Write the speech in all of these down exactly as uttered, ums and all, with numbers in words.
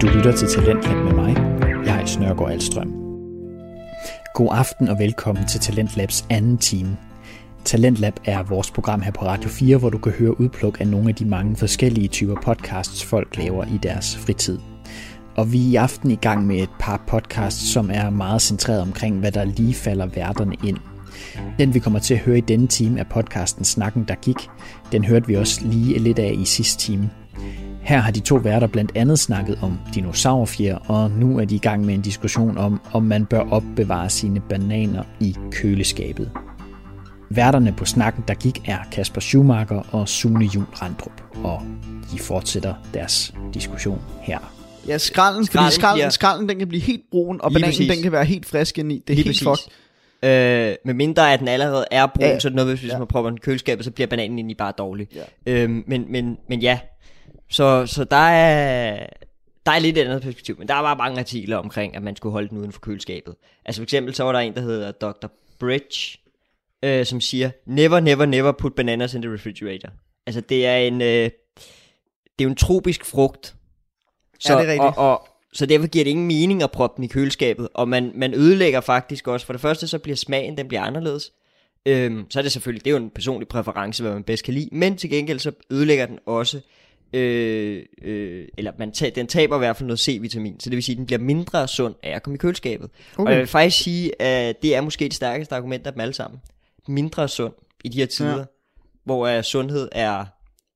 Du lytter til Talentlab med mig, jeg er Snørgaard Alstrøm. God aften og velkommen til Talentlabs anden time. Talentlab er vores program her på Radio fire, hvor du kan høre udpluk af nogle af de mange forskellige typer podcasts, folk laver i deres fritid. Og vi er i aften i gang med et par podcasts, som er meget centreret omkring, hvad der lige falder værterne ind. Den vi kommer til at høre i denne time er podcasten Snakken der gik. Den hørte vi også lige lidt af i sidste time. Her har de to værter blandt andet snakket om dinosaurfjer, og nu er de i gang med en diskussion om, om man bør opbevare sine bananer i køleskabet. Værterne på Snakken der gik er Kasper Schumacher og Sune Juhl Randrup, og de fortsætter deres diskussion her. Ja, skralden, skralden fordi skralden, bliver... skralden den kan blive helt brun, og Lige bananen præcis. den kan være helt frisk ind i. Det er Lige helt præcis. fucked. Øh, med mindre at den allerede er brun, Ja. så er det noget, hvis Ja. man propper den i køleskabet, så bliver bananen egentlig bare dårlig. Ja. Øhm, men, men, men ja, så, så der er der er lidt et andet perspektiv, men der var mange artikler omkring, at man skulle holde den uden for køleskabet. Altså for eksempel så var der en, der hedder doktor Bridge, øh, som siger, never, never, never put bananas in the refrigerator. Altså det er en, øh, det er jo en tropisk frugt. Så, Ja, det er rigtigt. og, og, så derfor giver det ingen mening at proppe den i køleskabet, og man, man ødelægger faktisk også, for det første så bliver smagen, den bliver anderledes. Øhm, så er det selvfølgelig, det er jo en personlig præference, hvad man bedst kan lide, men til gengæld så ødelægger den også, øh, øh, eller man ta- den taber i hvert fald noget C-vitamin, så det vil sige, at den bliver mindre sund af at komme i køleskabet. Okay. Og jeg vil faktisk sige, at det er måske det stærkeste argument af dem alle sammen. Mindre sund i de her tider, ja. Hvor uh, sundhed er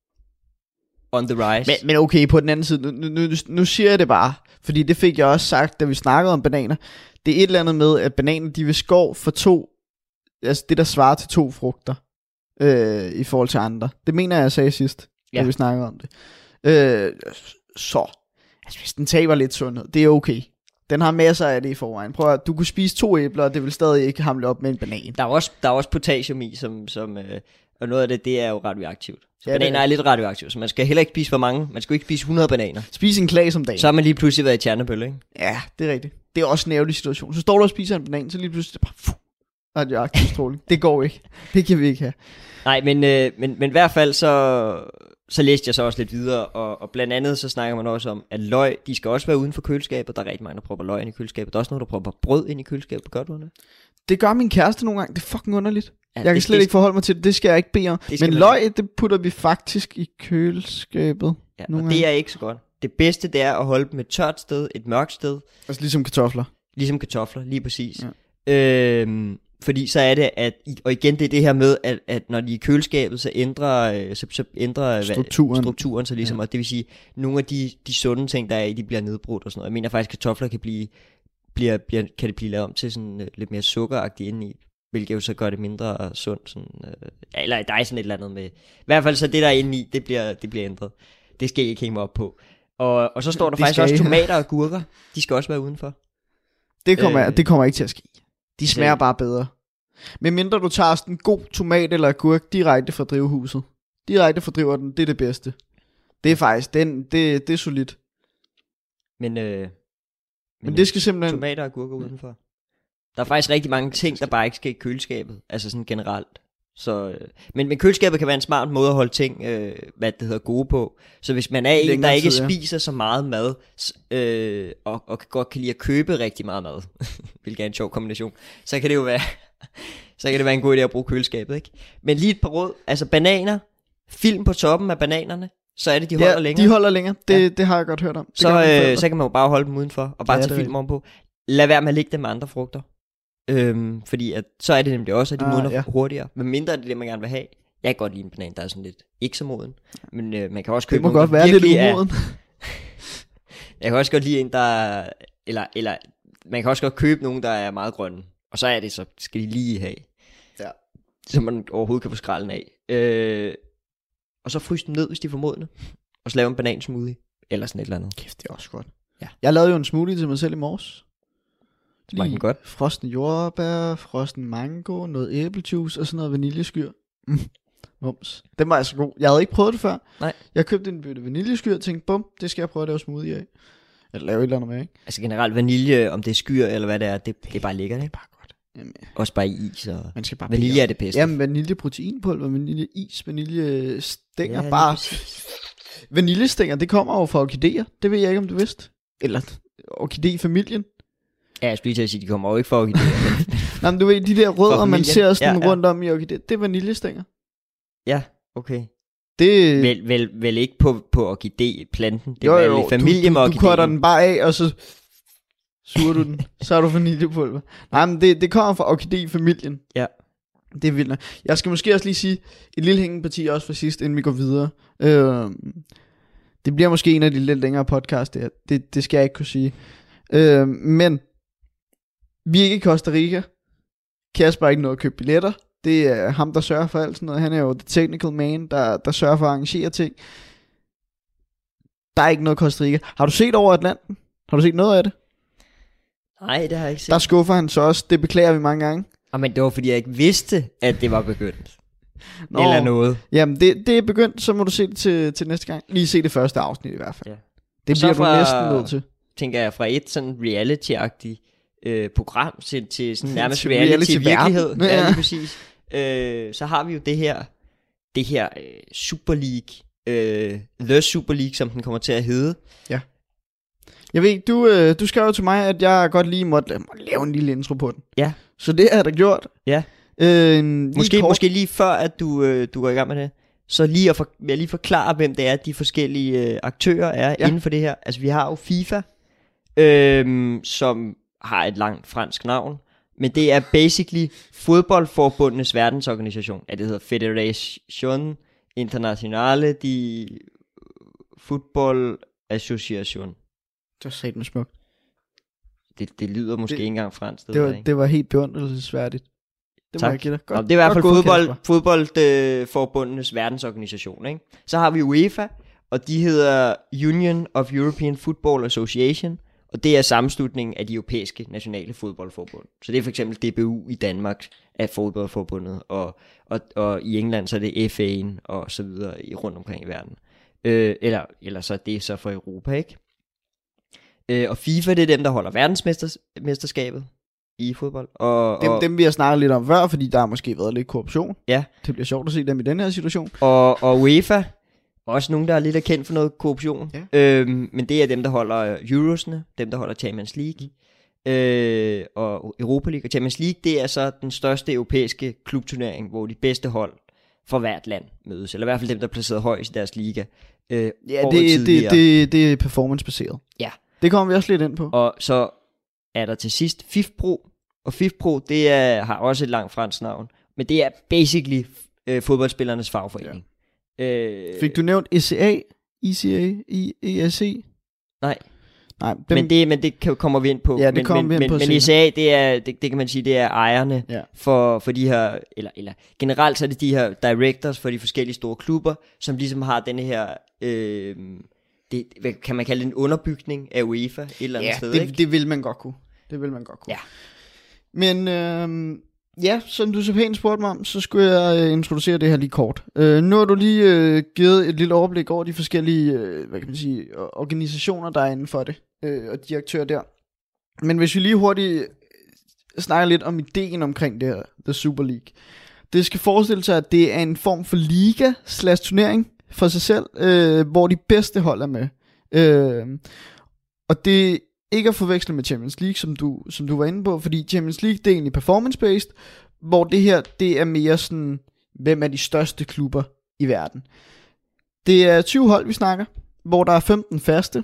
on the rise. Men, men okay, på den anden side, nu, nu, nu siger jeg det bare, fordi det fik jeg også sagt, da vi snakkede om bananer. Det er et eller andet med, at bananer, de vil skov for to, altså det der svarer til to frugter, øh, i forhold til andre. Det mener jeg, jeg sagde sidst, ja. Da vi snakkede om det. Øh, så, altså hvis den taber lidt sundhed, det er okay. Den har masser af det i forvejen. Prøv at, du kunne spise to æbler, og det vil stadig ikke hamle op med en banan. Der er også, der er også potassium i, som, som øh, og noget af det, det er jo radioaktivt. Så ja, bananer er er lidt radioaktivt, så man skal heller ikke spise for mange. Man skal jo ikke spise hundrede bananer. Spise en klas om dagen. Så har man lige pludselig været i Tjernobyl, ikke? Ja, det er rigtigt. Det er også en ærgerlig situation. Så står du og spiser en banan, så lige pludselig det er bare fuh, radioaktiv stråling. Det går ikke. Det kan vi ikke have. Nej, men, øh, men, men i hvert fald så, så læste jeg så også lidt videre, og, og blandt andet så snakker man også om, at løg, de skal også være uden for køleskabet. Der er rigtig mange, der propper løg ind i køleskabet. Der er også nogen, der propper brød ind i køleskabet. Gør du det? Det gør min kæreste nogle gange. Det er fucking underligt. Ja, jeg kan det, slet det, ikke forholde mig til det. Det skal jeg ikke bede om. Men løg, det putter vi faktisk i køleskabet. Ja, og det er ikke så godt. Det bedste, det er at holde dem et tørt sted, et mørkt sted. Altså ligesom kartofler. Ligesom kartofler, lige præcis. Ja. Øhm, fordi så er det, at, og igen det er det her med, at, at når de er i køleskabet, så ændrer, så, så ændrer strukturen. strukturen så ligesom, ja. Og det vil sige, nogle af de, de sunde ting, der er i, de bliver nedbrudt og sådan noget. Jeg mener faktisk, at kartofler kan blive, bliver, bliver, kan det blive lavet om til sådan uh, lidt mere sukkeragtigt indeni, hvilket jo så gør det mindre sundt. Sådan, uh, eller der er sådan et eller andet med, i hvert fald så det der er inde i, det bliver, det bliver ændret. Det skal I ikke hænge mig op på. Og, og så står der det faktisk også I. tomater og gurker, de skal også være udenfor. Det kommer, øh, det kommer ikke til at ske. De smager bare bedre. Men mindre du tager sådan en god tomat eller agurk direkte fra drivhuset. Direkte fra driver den, det er det bedste. Det er faktisk, den, det, det er solidt. Men, øh, men, men det skal simpelthen... Tomater og gurker udenfor. Der er faktisk rigtig mange ting, der bare ikke skal i køleskabet. Altså sådan generelt. Så, øh, men, men køleskabet kan være en smart måde at holde ting, øh, hvad det hedder, gode på. Så hvis man er en, Længere der ikke tid, ja. spiser så meget mad, øh, og, og godt kan lide at købe rigtig meget mad, hvilket er en sjov kombination, så kan det jo være, så kan det være en god idé at bruge køleskabet, ikke? Men lige et par råd, altså bananer, film på toppen af bananerne, så er det, de holder ja, længere. de holder længere, det, ja. det har jeg godt hørt om. Det så, øh, så kan man jo bare holde dem udenfor, og bare ja, tage film om på. Lad være med at lægge dem med andre frugter. Øhm, fordi at, så er det nemlig også, at de ah, modner ja. hurtigere. Men mindre er det det, man gerne vil have. Jeg kan godt lide en banan, der er sådan lidt ikke så moden. Men øh, man kan også købe det må nogle, godt være lidt umoden. Jeg kan også godt lide en, der er, eller, eller man kan også godt købe nogen, der er meget grønne. Og så er det så, skal de lige have. Ja. Så man overhovedet kan få skralden af. Øh, og så fryse dem ned, hvis de er for modne. Og så lave en banansmoothie. Eller sådan et eller andet. Kæft, det er også godt. Ja. Jeg lavede jo en smoothie til mig selv i morges. Smagte den godt? Frosten jordbær, frosten mango, noget æblejuice og sådan noget vaniljeskyr. Mm. Mums. Den var altså god. Jeg havde ikke prøvet det før. Nej. Jeg købte en bøtte vaniljeskyr og tænkte, bum, det skal jeg prøve at lave smoothie af. Eller lave et eller andet med, ikke? Altså generelt vanilje, om det er skyr eller hvad det er, det, det er bare lækkert, ikke? Det er bare godt. Jamen, også bare i is og man skal bare vanilje bære. Er det bedste. Jamen vanilje proteinpulver, vanilje is, vanilje stænger, ja, bare vanilje stænger, det kommer jo fra orkideer. Det ved jeg ikke om du vidste. Eller orkidé-familien. Ja, jeg skulle lige til at sige, de kommer jo ikke for orkidéer. Nej, men du ved, de der rødder, man ser sådan ja, ja. rundt om i orkidé, det er vaniljestænger. Ja, okay. Det... Vel, vel, vel ikke på, på orkidé-planten. Det jo, er jo, vel i familie du, med du, du cutter orkidéen. den bare af, og så suger du den. Så har du vaniljepulver. Nej, men det, det kommer fra orkidé-familien. Ja. Det er vildt nok. Jeg skal måske også lige sige et lille hængeparti også for sidst, inden vi går videre. Øh, det bliver måske en af de lidt længere podcast der. Det, det skal jeg ikke kunne sige. Øh, men vi er ikke i Costa Rica. Kasper har ikke noget at købe billetter. Det er ham, der sørger for alt sådan noget. Han er jo the technical man, der, der sørger for at arrangere ting. Der er ikke noget Costa Rica. Har du set over Atlanten? Har du set noget af det? Nej, det har jeg ikke set. Der skuffer han så også. Det beklager vi mange gange. Oh, men det var fordi jeg ikke vidste at det var begyndt. Nå. Eller noget. Jamen det, det er begyndt. Så må du se det til, til næste gang. Lige se det første afsnit i hvert fald. Ja. Det bliver fra, du næsten nødt til. Tænker jeg fra et sådan reality-agtigt øh, program til, til sådan nærmest til reality-virkelighed. reality Ja, ja. lige præcis. Øh, så har vi jo det her det her øh, Super League, øh, The Super League, som den kommer til at hedde. Ja. Jeg ved, du, øh, du skrev til mig, at jeg godt lige måtte, måtte lave en lille intro på den. Ja. Så det har jeg da gjort. Ja. Øh, måske, måske lige før, at du, øh, du går i gang med det, så lige at for, vil jeg lige forklare, hvem det er, de forskellige øh, aktører er ja. inden for det her. Altså vi har jo FIFA, øh, som har et langt fransk navn, men det er basically fodboldforbundenes verdensorganisation. Ja, det hedder Federation Internationale de Football Association. Det var satme smukt. Det, det lyder måske det, ikke engang fransk. Det, det, var, ikke. det var helt beundrelsesværdigt. Det tak. Må jeg give dig. Godt, Nå, det er i hvert fald fodbold, gået, fodboldforbundenes øh, verdensorganisation. Ikke? Så har vi UEFA, og de hedder Union of European Football Association, og det er sammenslutningen af de europæiske nationale fodboldforbund. Så det er for eksempel D B U i Danmark af fodboldforbundet, og, og, og i England så er det F A'en og så videre i, rundt omkring i verden. Øh, eller, eller så er det så for Europa, ikke? Øh, og FIFA, det er dem, der holder verdensmesterskabet i fodbold. Og, dem, og, dem vi har snakket lidt om før, fordi der har måske været lidt korruption. Ja. Det bliver sjovt at se dem i den her situation. Og, og UEFA, også nogen, der er lidt er kendt for noget korruption. Ja. Øhm, men det er dem, der holder Eurosne, dem, der holder Champions League. Øh, og Europa League og Champions League, det er så den største europæiske klubturnering, hvor de bedste hold fra hvert land mødes. Eller i hvert fald dem, der er placeret højst i deres liga. Øh, ja, det, det, det, det er performance-baseret. Ja. Det kommer vi også lidt ind på. Og så er der til sidst FIFPro. Og FIFPro, det er, har også et langt fransk navn. Men det er basically øh, fodboldspillernes fagforening. Ja. Øh, Fik du nævnt E C A? E C A? E S E? Nej. Nej, dem... men, det, men det kan, kommer vi ind på. Ja, det men, kommer men, vi ind men, på Men E C A, det, er, det, det kan man sige, det er ejerne ja. for, for de her, eller, eller generelt så er det de her directors for de forskellige store klubber, som ligesom har denne her, øh, det, hvad kan man kalde det, en underbygning af UEFA et eller andet ja, sted, det, ikke? det vil man godt kunne. Det vil man godt kunne. Ja. Men øh, ja, som du så pænt spurgte mig om, så skulle jeg øh, introducere det her lige kort. Øh, nu har du lige øh, givet et lille overblik over de forskellige øh, hvad kan man sige, organisationer, der er inden for det, øh, og de aktører der. Men hvis vi lige hurtigt snakker lidt om ideen omkring det her, The Super League. Det skal forestille sig, at det er en form for liga slash turnering for sig selv, øh, hvor de bedste hold er med. Øh, og det ikke at forveksle med Champions League, som du, som du var inde på, fordi Champions League, det er egentlig performance-based, hvor det her, det er mere sådan, hvem er de største klubber i verden. Det er tyve hold, vi snakker, hvor der er femten faste,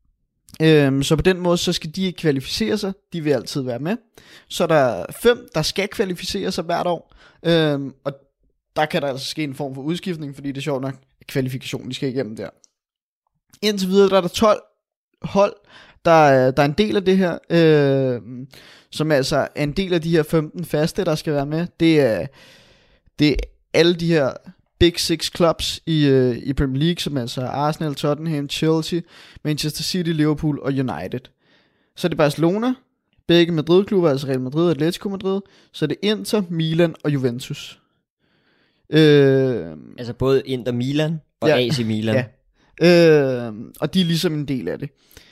øhm, så på den måde, så skal de ikke kvalificere sig, de vil altid være med. Så er der fem, der skal kvalificere sig hvert år, øhm, og der kan der altså ske en form for udskiftning, fordi det er sjovt nok, kvalifikationen, de skal igennem der. Indtil videre, der er der tolv hold, Der, der er en del af det her, øh, som altså er en del af de her femten faste, der skal være med. Det er, det er alle de her Big Six clubs i, øh, i Premier League, som altså er Arsenal, Tottenham, Chelsea, Manchester City, Liverpool og United. Så er det Barcelona, begge Madrid-klubber, altså Real Madrid og Atletico Madrid. Så er det Inter, Milan og Juventus. Øh, altså både Inter Milan og ja, A C Milan. Ja. Øh, og de er ligesom en del af det.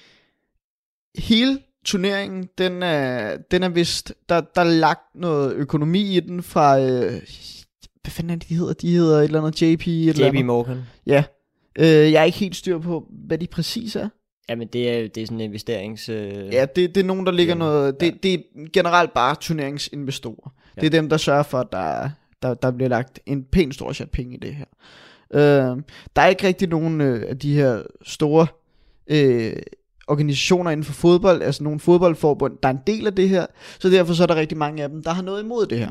Hele turneringen, den er, den er vist, der, der er lagt noget økonomi i den fra, øh, hvad fanden er det, de hedder? De hedder et eller andet J P. Et J P Morgan. Ja, øh, jeg er ikke helt styr på, hvad de præcis er. Jamen det er, det er sådan en investerings... Øh... Ja, det, det er nogen, der ligger ja. noget... Det, Ja. det er generelt bare turneringsinvestorer. Ja. Det er dem, der sørger for, at der, der, der bliver lagt en pæn stor chat penge i det her. Øh, der er ikke rigtig nogen øh, af de her store øh, organisationer inden for fodbold, altså nogle fodboldforbund, der er en del af det her, så derfor så er der rigtig mange af dem, der har noget imod det her.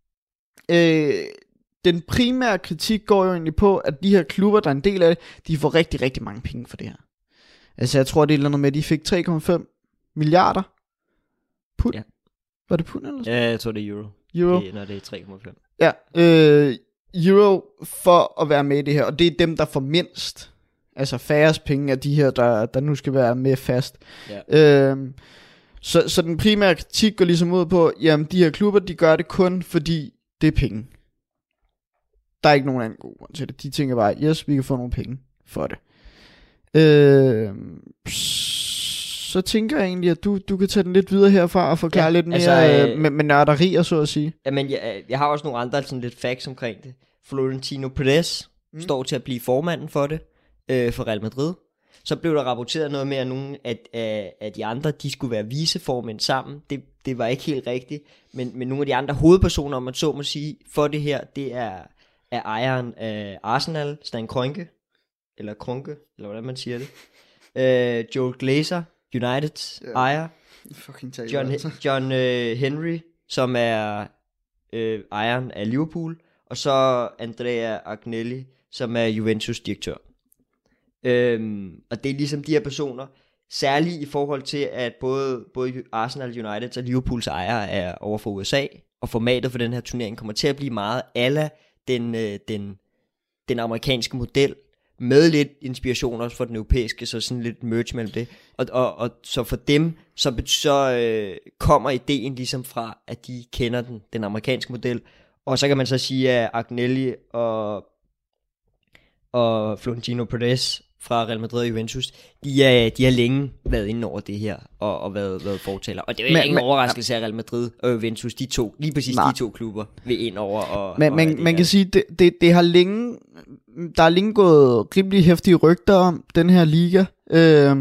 Øh, den primære kritik går jo egentlig på, at de her klubber, der er en del af det, de får rigtig, rigtig mange penge for det her. Altså jeg tror, det er noget med, at de fik tre komma fem milliarder pund. Ja. Var det pund eller sådan? Ja, jeg tror det er euro. Euro. Det, når det er tre komma fem. Ja, øh, euro for at være med i det her, og det er dem, der får mindst, altså færrest penge af de her, der, der nu skal være med fast. Ja. Øh, så, så den primære kritik går ligesom ud på, jamen de her klubber, de gør det kun fordi det er penge. Der er ikke nogen anden god grund til det. De tænker bare, yes, vi kan få nogle penge for det. Øh, så tænker jeg egentlig, at du, du kan tage den lidt videre herfra og forklare ja, lidt mere altså, øh, med, med nørderier, så at sige. Jamen, jeg, jeg har også nogle andre sådan lidt facts omkring det. Florentino Perez mm. står til at blive formanden for det, øh, for Real Madrid. Så blev der rapporteret noget med, at nogle af, af, af de andre, de skulle være viceformænd sammen. Det, det var ikke helt rigtigt. Men, men nogle af de andre hovedpersoner, om man så må sige, for det her, det er, er ejeren af Arsenal, Stan Kroenke, eller Kroenke, eller hvordan man siger det. Øh, Joel Glazer, United yeah. ejer. Fucking taler, John, altså. John øh, Henry, som er øh, ejeren af Liverpool. Og så Andrea Agnelli, som er Juventus direktør. Øhm, og det er ligesom de her personer, særligt i forhold til, at både, både Arsenal, United og Liverpools ejere er over for U S A, og formatet for den her turnering kommer til at blive meget ala den, øh, den, den amerikanske model, med lidt inspiration også for den europæiske, så sådan lidt merge mellem det. Og, og, og så for dem, så, så øh, kommer ideen ligesom fra, at de kender den, den amerikanske model. Og så kan man så sige, at Agnelli og, og Florentino Perez fra Real Madrid og Juventus, de, er, de har længe været inde over det her, og, og været, været fortaler. Og det er jo ingen overraskelse af Real Madrid og Juventus, de to, lige præcis nej. de to klubber, vil ind over. Og, men og man, man kan sige, det, det, det har længe, der er længe gået rimelig heftige rygter om den her liga, øh,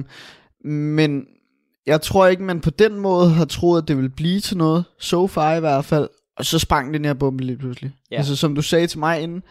men jeg tror ikke, man på den måde har troet, at det ville blive til noget, so far i hvert fald, og så sprang den her bombe lige pludselig. Ja. Altså som du sagde til mig inden,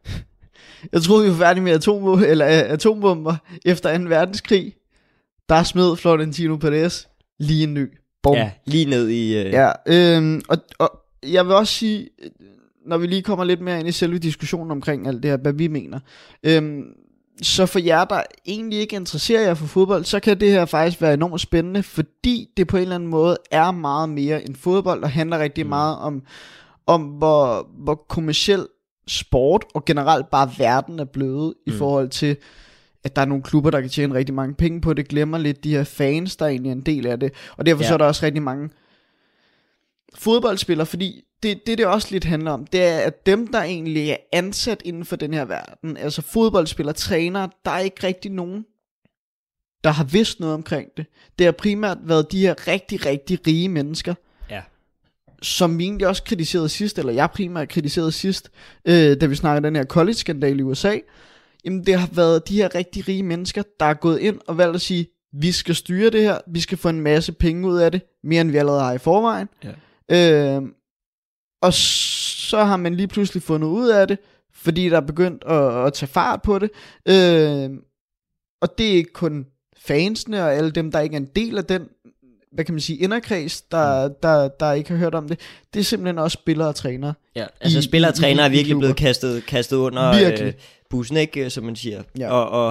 jeg troede, vi var færdige med atom, eller, uh, atombomber efter anden verdenskrig. Der smed Florentino Perez lige en ny bombe. Ja, lige ned i... Uh... Ja, øhm, og, og jeg vil også sige, når vi lige kommer lidt mere ind i selve diskussionen omkring alt det her, hvad vi mener. Øhm, så for jer, der egentlig ikke interesserer jer for fodbold, så kan det her faktisk være enormt spændende, fordi det på en eller anden måde er meget mere end fodbold, og handler rigtig mm. meget om, om hvor, hvor kommercielt sport og generelt bare verden er blevet mm. i forhold til, at der er nogle klubber, der kan tjene rigtig mange penge på det, glemmer lidt de her fans, der egentlig er en del af det, og derfor ja. så er der også rigtig mange fodboldspillere, fordi det, det det også lidt handler om, det er, at dem, der egentlig er ansat inden for den her verden, altså fodboldspillere, trænere, der er ikke rigtig nogen, der har vidst noget omkring det. Det har primært været de her rigtig, rigtig rige mennesker, ja. som vi egentlig også kritiserede sidst, eller jeg primært kritiserede sidst, øh, da vi snakkede den her college-skandal i U S A. Jamen det har været de her rigtig rige mennesker, der er gået ind og valgt at sige, vi skal styre det her, vi skal få en masse penge ud af det, mere end vi allerede har i forvejen. Ja. Øh, og så har man lige pludselig fundet ud af det, fordi der er begyndt at, at tage fart på det. Øh, og det er ikke kun fansene og alle dem, der ikke er en del af den, hvad kan man sige, inderkreds, der, der, der ikke har hørt om det. Det er simpelthen også spillere og trænere. Ja, altså i, spillere og trænere er virkelig blevet kastet, kastet under øh, bussen, ikke, som man siger. Ja. Og, og,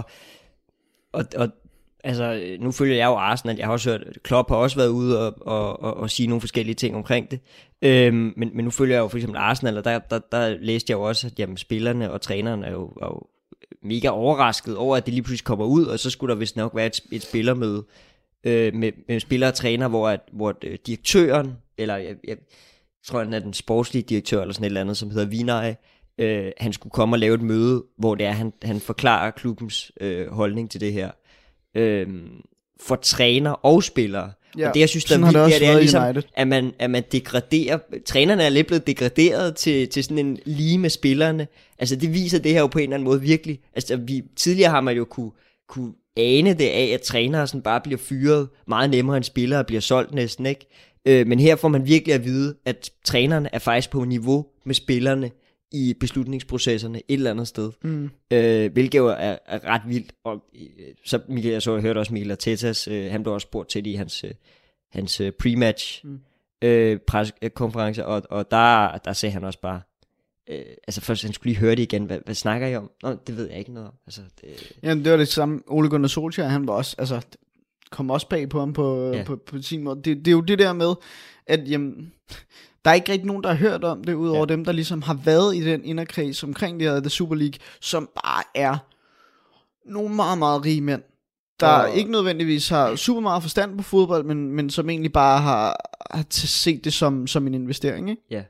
og, og altså, nu følger jeg jo Arsenal, jeg har også hørt, Klopp har også været ude og, og, og, og sige nogle forskellige ting omkring det. Øhm, men, men nu følger jeg jo for eksempel Arsenal, og der, der, der læste jeg jo også, at jamen, spillerne og træneren er jo, er jo mega overrasket over, at det lige pludselig kommer ud, og så skulle der vist nok være et, et spillermøde øh, med, med spillere og træner, hvor, at, hvor at, direktøren, eller jeg, jeg tror, han er den sportslige direktør, eller sådan et eller andet, som hedder Vinay, øh, han skulle komme og lave et møde, hvor det er, han, han forklarer klubbens øh, holdning til det her. Øh, for træner og spillere. Ja, og det jeg synes der er vildt, det, det er ligesom at man, at man degraderer, trænerne er lidt blevet degraderet til, til sådan en lige med spillerne. Altså det viser det her jo på en eller anden måde virkelig. Altså vi, tidligere har man jo kunne kunne ane det af, at trænere sådan bare bliver fyret meget nemmere end spillere bliver solgt næsten, ikke? Øh, men her får man virkelig at vide, at trænerne er faktisk på niveau med spillerne i beslutningsprocesserne et eller andet sted. Mm. Øh, hvilket jo er, er ret vildt. Og så Michael, jeg så jeg hørte også Mikel Artetas, øh, han blev også spurgt til det i hans, øh, hans øh, pre-match mm. øh, preskonference, og, og der, der sagde han også bare, øh, altså først han skulle lige høre det igen, hvad, hvad snakker I om? Nå, det ved jeg ikke noget om. Altså, det... Jamen det var det samme, Ole Gunnar Solskjaer, han var også, altså kom også bag på ham på, ja. på, på sin måde. Det, det er jo det der med, at jamen, der er ikke rigtig nogen, der har hørt om det, udover ja. dem, der ligesom har været i den inderkreds omkring det her The Super League, som bare er nogle meget, meget rige mænd, der og... ikke nødvendigvis har super meget forstand på fodbold, men, men som egentlig bare har, har set det som, som en investering, ikke? Ja.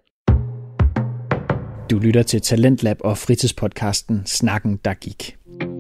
Du lytter til Talentlab og fritidspodcasten Snakken, der gik.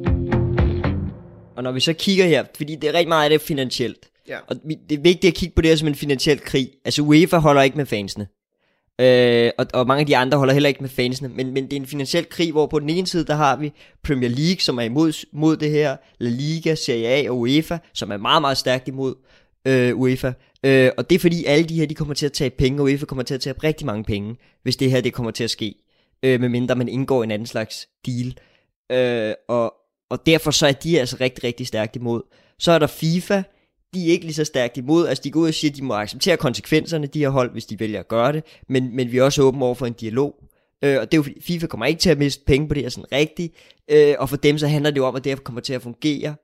Og når vi så kigger her, fordi det er rigtig meget af det finansielt, ja. Og det er vigtigt at kigge på det her som en finansiel krig. Altså UEFA holder ikke med fansene, øh, og, og mange af de andre holder heller ikke med fansene, men, men det er en finansiel krig, hvor på den ene side, der har vi Premier League, som er imod mod det her, La Liga, Serie A og UEFA, som er meget, meget stærkt imod øh, UEFA. Øh, og det er fordi alle de her, de kommer til at tage penge, og UEFA kommer til at tage rigtig mange penge, hvis det her, det kommer til at ske, øh, medmindre man indgår en anden slags deal. Øh, og, og derfor så er de altså rigtig, rigtig stærkt imod. Så er der FIFA. De er ikke lige så stærkt imod, altså de går ud og siger, at de må acceptere konsekvenserne, de har holdt, hvis de vælger at gøre det, men, men vi er også åbne over for en dialog, øh, og det er jo fordi, FIFA kommer ikke til at miste penge på det her sådan rigtigt, øh, og for dem så handler det jo om, at det kommer til at fungere,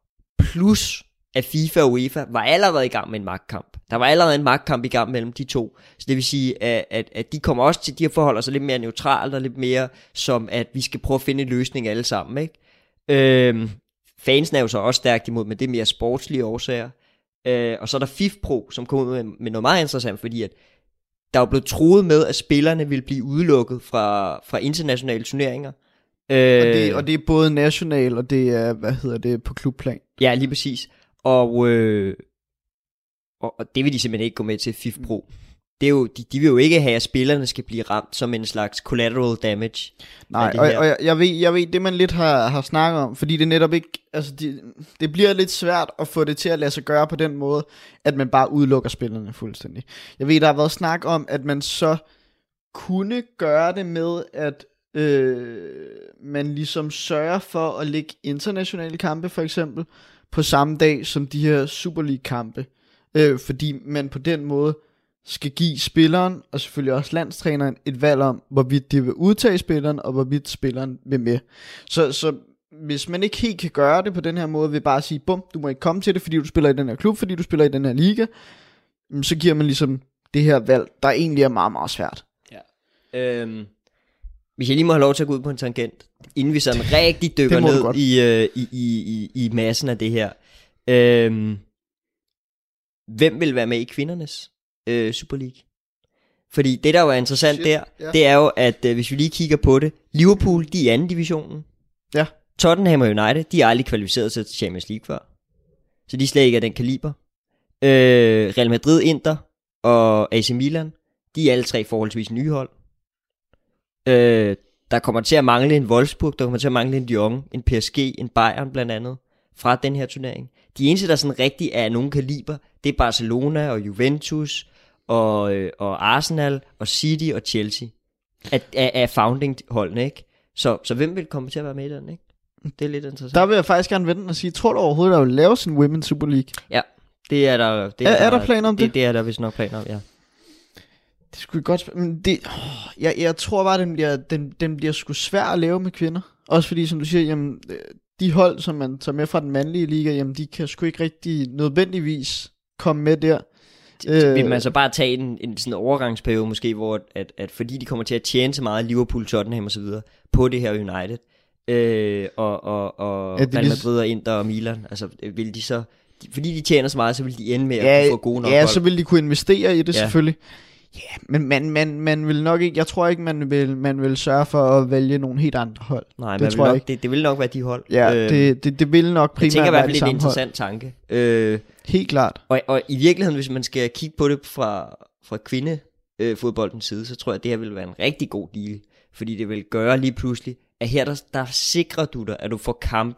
plus at FIFA og UEFA var allerede i gang med en magtkamp. Der var allerede en magtkamp i gang mellem de to, så det vil sige, at, at, at de kommer også til, de her forholder sig lidt mere neutralt, og lidt mere som, at vi skal prøve at finde en løsning alle sammen, ikke? Øh, Fansen er jo så også stærkt imod, men det er mere sportslige årsager. Øh, og så er der F I F Pro, som kommer med, med noget meget interessant, fordi at der er jo blevet troet med, at spillerne vil blive udelukket fra, fra internationale turneringer. Øh, og, det, og det er både national, og det er, hvad hedder det, på klubplan. Ja, lige præcis. Og, øh, og, og det vil de simpelthen ikke gå med til F I F Pro. Det er jo, de, de vil jo ikke have, at spillerne skal blive ramt som en slags collateral damage. Nej, og, og jeg, jeg, ved, jeg ved, det man lidt har, har snakket om, fordi det netop ikke, altså de, det bliver lidt svært at få det til at lade sig gøre på den måde, at man bare udelukker spillerne fuldstændig. Jeg ved, der har været snak om, at man så kunne gøre det med, at øh, man ligesom sørger for at lægge internationale kampe for eksempel, på samme dag som de her Super League kampe. Øh, fordi man på den måde skal give spilleren, og selvfølgelig også landstræneren, et valg om, hvorvidt de vil udtage spilleren, og hvorvidt spilleren vil med. Så, så hvis man ikke helt kan gøre det på den her måde, vil bare sige, bum, du må ikke komme til det, fordi du spiller i den her klub, fordi du spiller i den her liga, så giver man ligesom det her valg, der egentlig er meget, meget svært. Ja. Øhm, hvis jeg lige må have lov til at gå ud på en tangent, inden vi sådan rigtig dykker ned i, øh, i, i, i, i massen af det her. Øhm, hvem vil være med i kvindernes Øh, Super League? Fordi det der jo er interessant Shit, der yeah. Det er jo at øh, hvis vi lige kigger på det, Liverpool, de er i anden divisionen, ja. Tottenham og United, de er aldrig kvalificeret til Champions League før, så de er slet ikke af den kaliber. øh, Real Madrid, Inter og A C Milan, de er alle tre forholdsvis nye hold. øh, Der kommer til at mangle en Wolfsburg, der kommer til at mangle en Lyon, en P S G, en Bayern blandt andet fra den her turnering. De eneste der sådan rigtig er nogen kaliber, det er Barcelona og Juventus og, øh, og Arsenal og City og Chelsea af, af, af founding-holdene, ikke? Så, så hvem vil komme til at være med i den, ikke? Det er lidt interessant. Der vil jeg faktisk gerne vente og sige, tror du overhovedet, der vil laves en Women's Super League? Ja, det er der. Det er, er, der, er der planer om det? Det, det er der vist nok planer om, ja. Det skulle godt, men det, åh, jeg, jeg tror bare, den bliver, den, den bliver sgu svær at lave med kvinder. Også fordi, som du siger, jamen, de hold, som man tager med fra den mandlige liga, jamen, de kan sgu ikke rigtig nødvendigvis komme med der. Øh, vil man så bare tage en, en sådan overgangsperiode måske, hvor at, at fordi de kommer til at tjene så meget Liverpool, Tottenham og så videre på det her United, øh, og, og, og ja, Real Madrid og Inter og Milan, altså vil de så, de, fordi de tjener så meget, så vil de ende med ja, at kunne få gode nok Ja, hold. Så vil de kunne investere i det, ja. Selvfølgelig. Ja, men man, man, man vil nok ikke, jeg tror ikke, man vil, man vil sørge for at vælge nogle helt andre hold. Nej, det man tror vil jeg nok, ikke. Det, det vil nok være de hold. Ja, øh, det, det, det vil nok primært være de samme hold. Jeg tænker i hvert fald, det er en interessant tanke. Øh, helt klart. Og, og i virkeligheden, hvis man skal kigge på det fra, fra kvindefodboldens side, så tror jeg, at det her vil være en rigtig god deal. Fordi det vil gøre lige pludselig, at her der, der sikrer du dig, at du får kampe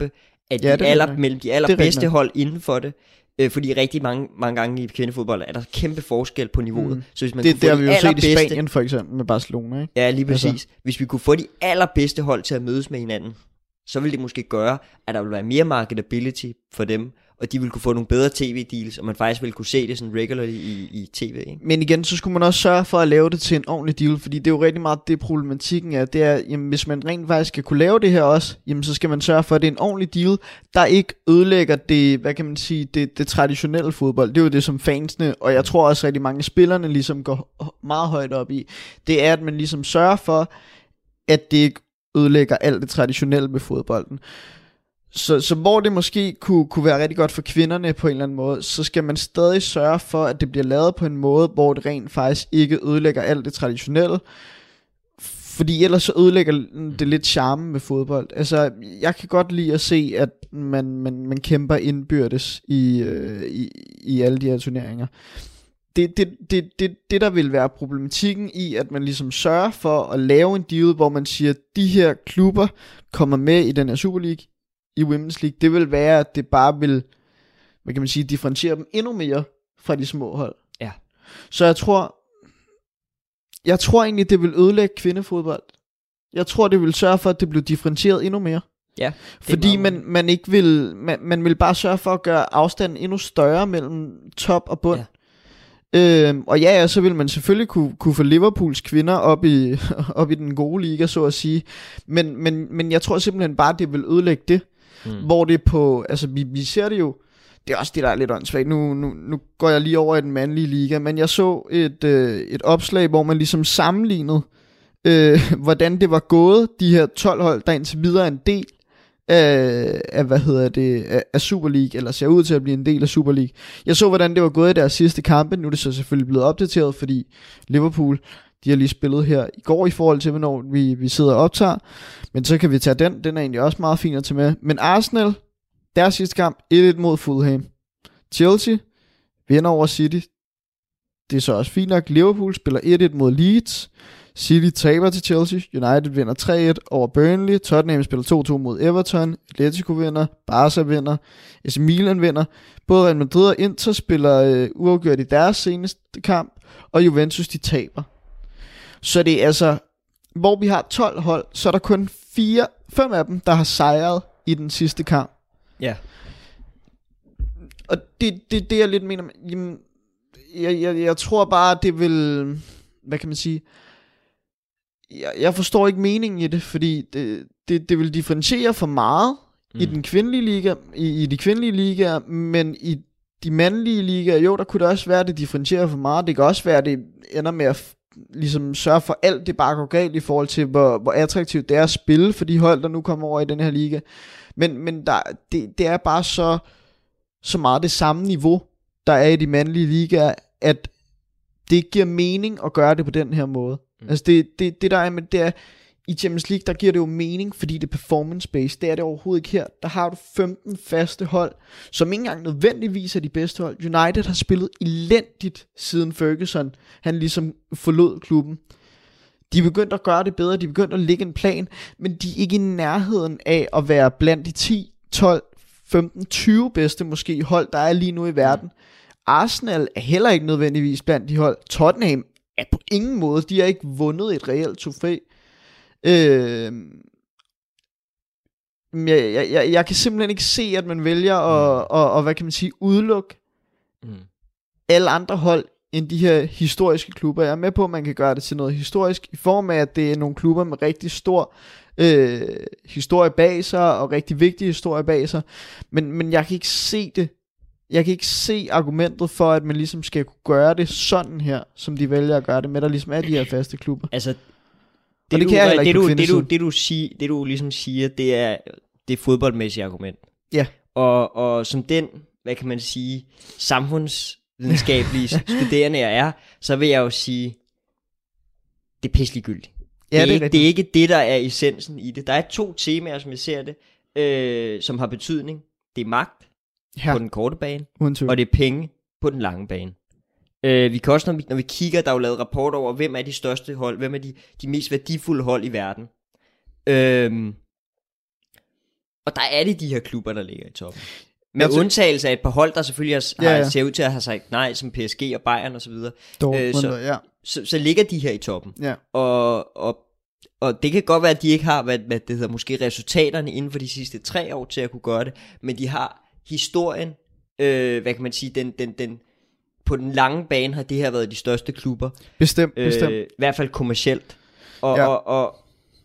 at Ja, de det er aller, rigtigt. mellem de Det er allerbedste rigtigt. hold inden for det, øh, fordi rigtig mange, mange gange i kvindefodbold er der kæmpe forskel på niveauet. Mm. Så hvis man Det, kunne det få har vi de jo set i allerbedste, Spanien for eksempel med Barcelona, ikke? ja, lige præcis. Altså. Hvis vi kunne få de allerbedste hold til at mødes med hinanden, så ville det måske gøre, at der ville være mere marketability for dem, og de ville kunne få nogle bedre tv-deals, og man faktisk ville kunne se det sådan regularly i, i tv, ikke? Men igen, så skulle man også sørge for at lave det til en ordentlig deal, fordi det er jo rigtig meget det problematikken er, det er, jamen hvis man rent faktisk skal kunne lave det her også, jamen så skal man sørge for, at det er en ordentlig deal, der ikke ødelægger det, hvad kan man sige, det, det traditionelle fodbold. Det er jo det, som fansene, og jeg tror også rigtig mange af spillerne ligesom går meget højt op i, det er, at man ligesom sørger for, at det ikke ødelægger alt det traditionelle med fodbolden. Så, så hvor det måske kunne, kunne være rigtig godt for kvinderne på en eller anden måde, så skal man stadig sørge for, at det bliver lavet på en måde, hvor det rent faktisk ikke ødelægger alt det traditionelle. Fordi ellers så ødelægger det lidt charme med fodbold. Altså, jeg kan godt lide at se, at man, man, man kæmper indbyrdes i, øh, i, i alle de her turneringer. Det, det, det, det, det der vil være problematikken i, at man ligesom sørger for at lave en deal, hvor man siger, at de her klubber kommer med i den her Super League, i Women's League, det vil være, at det bare vil, hvad kan man sige, differentiere dem endnu mere fra de små hold. Ja. Så jeg tror, jeg tror egentlig, det vil ødelægge kvindefodbold. Jeg tror, det vil sørge for, at det bliver differentieret endnu mere. Ja. Fordi man, man ikke vil, man, man vil bare sørge for at gøre afstanden endnu større mellem top og bund. Ja. Øhm, og ja, ja, så vil man selvfølgelig kunne, kunne få Liverpools kvinder op i, op i den gode liga, så at sige. Men, men, men jeg tror simpelthen bare, det vil ødelægge det. Hmm. Hvor det er på, altså vi, vi ser det jo, det er også det, der er lidt åndssvagt. Nu, nu, nu går jeg lige over i den mandlige liga, men jeg så et, øh, et opslag, hvor man ligesom sammenlignede, øh, hvordan det var gået, de her tolv hold, der indtil videre er en del af, af, hvad hedder det, af, af Super League, eller ser ud til at blive en del af Super League. Jeg så, hvordan det var gået i deres sidste kampe. Nu er det så selvfølgelig blevet opdateret, fordi Liverpool, de har lige spillet her i går i forhold til, hvornår vi, vi sidder og optager. Men så kan vi tage den. Den er egentlig også meget fin at tage med. Men Arsenal, deres sidste kamp, et-et mod Fulham. Chelsea vinder over City. Det er så også fint nok. Liverpool spiller et-et mod Leeds. City taber til Chelsea. United vinder tre-et over Burnley. Tottenham spiller to-to mod Everton. Atletico vinder. Barca vinder. A C Milan vinder. Både Real Madrid og Inter spiller øh, uafgjort i deres seneste kamp. Og Juventus, de taber. Så det er altså, hvor vi har tolv hold, så er der kun fire, fem af dem, der har sejret i den sidste kamp. Ja. Og det, det, det jeg lidt mener, jamen, jeg, jeg, jeg tror bare, det vil, hvad kan man sige, jeg, jeg forstår ikke meningen i det, fordi det, det, det vil differentiere for meget mm. i den kvindelige liga, i, i de kvindelige ligaer, men i de mandlige ligaer, jo, der kunne det også være, at det differentierer for meget. Det kan også være, at det ender med at ligesom sørge for alt, det bare går galt i forhold til, hvor, hvor attraktivt det er at spille for de hold, der nu kommer over i den her liga. Men, men der, det, det er bare så, så meget det samme niveau, der er i de mandlige ligaer, at det ikke giver mening at gøre det på den her måde. Mm. Altså det, det, det der er med det er, i Champions League, der giver det jo mening, fordi det er performance-based. Det er det overhovedet ikke her. Der har du femten faste hold, som ikke engang nødvendigvis er de bedste hold. United har spillet elendigt siden Ferguson, han ligesom forlod klubben. De er begyndt at gøre det bedre, de er begyndt at lægge en plan, men de er ikke i nærheden af at være blandt de ti, tolv, femten, tyve bedste måske hold, der er lige nu i verden. Arsenal er heller ikke nødvendigvis blandt de hold. Tottenham er på ingen måde, de har ikke vundet et reelt trofæ. Øh, jeg, jeg, jeg, jeg kan simpelthen ikke se, at man vælger at, mm. og, og, hvad kan man sige, udelukke mm. alle andre hold end de her historiske klubber. Jeg er med på, at man kan gøre det til noget historisk, i form af, at det er nogle klubber med rigtig stor øh, historie bag sig, og rigtig vigtige historie bag sig, men, men jeg kan ikke se det. Jeg kan ikke se argumentet for, at man ligesom skal kunne gøre det sådan her, som de vælger at gøre det med, der ligesom er de her faste klubber. Altså, Det, det, du, kan jeg det, du, det, du, det, det, du siger, det du ligesom siger, det er det er fodboldmæssigt argument. Ja. Og, og som den, hvad kan man sige, samfundsvidenskabelige studerende jeg er, så vil jeg jo sige, det er pisligegyldigt. Ja, det, er det, er ikke, det er ikke det, der er essensen i det. Der er to temaer, som jeg ser det, øh, som har betydning. Det er magt ja. på den korte bane, Undtød. og det er penge på den lange bane. Uh, vi kan også, når vi, når vi kigger, der er jo lavet rapport over, hvem er de største hold, hvem er de, de mest værdifulde hold i verden. Uh, Og der er det de her klubber, der ligger i toppen. Med Altså- undtagelse af et par hold, der selvfølgelig har, Ja, har, ja. ser ud til at have sagt nej, som P S G og Bayern og så videre. Dortmund, Øh, så- ja. Så, så ligger de her i toppen. Ja. Og, og, og det kan godt være, at de ikke har, hvad, hvad det hedder, måske resultaterne inden for de sidste tre år til at kunne gøre det, men de har historien, øh, hvad kan man sige, den, den, den, på den lange bane har det her været de største klubber. Bestemt, bestemt. Øh, I hvert fald kommercielt. Og, Ja. ja. og, og,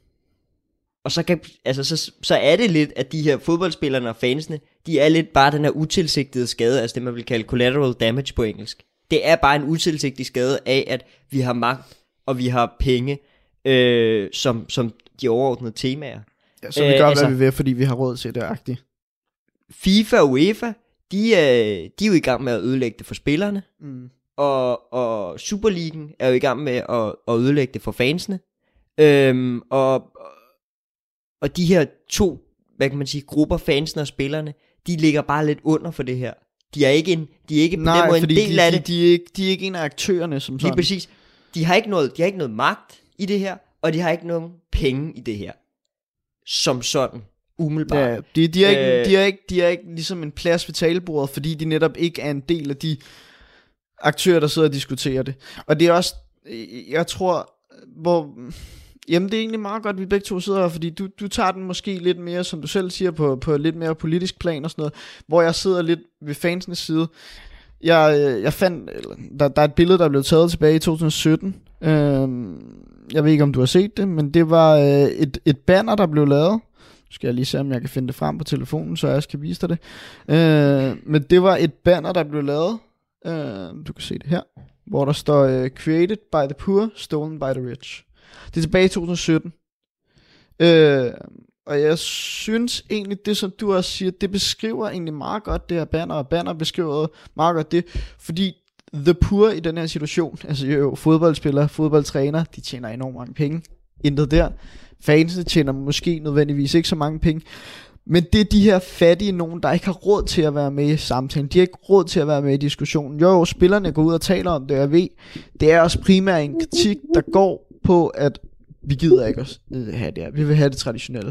og så, kan, altså, så, så er det lidt, at de her fodboldspillerne og fansene, de er lidt bare den her utilsigtede skade, altså det man vil kalde collateral damage på engelsk. Det er bare en utilsigtet skade af, at vi har magt, og vi har penge, øh, som, som de overordnede temaer. Ja, så vi øh, gør, altså- hvad vi vil, fordi vi har råd til det, agtigt. FIFA og UEFA, de er, de er jo i gang med at ødelægge det for spillerne, Mm. og, og Superligaen er jo i gang med at, at ødelægge det for fansene. Øhm, og, og de her to, hvad kan man sige, grupper, fansene og spillerne, de ligger bare lidt under for det her. De er ikke, en, de er ikke på Nej, den måde en fordi del de, af de, det. de, er ikke, de er ikke en af aktørerne som Lige sådan. præcis. De har, ikke noget, de har ikke noget magt i det her, og de har ikke nogen penge i det her. Som sådan, umiddelbart. Ja, de, de, er ikke, Øh. de, er ikke, de er ikke ligesom en plads ved talebordet, fordi de netop ikke er en del af de aktører, der sidder og diskuterer det. Og det er også, jeg tror, hvor... Jamen det er egentlig meget godt, at vi begge to sidder her, fordi du, du tager den måske lidt mere, som du selv siger, på, på lidt mere politisk plan og sådan noget, hvor jeg sidder lidt ved fansenes side. Jeg, øh, jeg fandt, eller, der, der er et billede, der blev taget tilbage i to tusind sytten. Øhm, jeg ved ikke, om du har set det, men det var øh, et, et banner, der blev lavet. Nu skal jeg lige se, om jeg kan finde det frem på telefonen, så jeg også kan vise dig det. Øh, men det var et banner, der blev lavet. Øh, du kan se det her, hvor der står øh, Created by the poor, stolen by the rich. Det er tilbage i to tusind sytten. Øh, og jeg synes egentlig, det som du også siger, det beskriver egentlig meget godt det her banner, og banner beskriver meget godt det, fordi the poor i den her situation, altså jo, fodboldspillere, fodboldtræner, de tjener enormt mange penge, intet der. Fansene tjener måske nødvendigvis ikke så mange penge, men det er de her fattige nogen, der ikke har råd til at være med i samtalen. De har ikke råd til at være med i diskussionen. Jo, jo, spillerne går ud og taler om det, og jeg ved, det er også primært en kritik, der går på, at vi gider ikke at have det her. Vi vil have det traditionelle.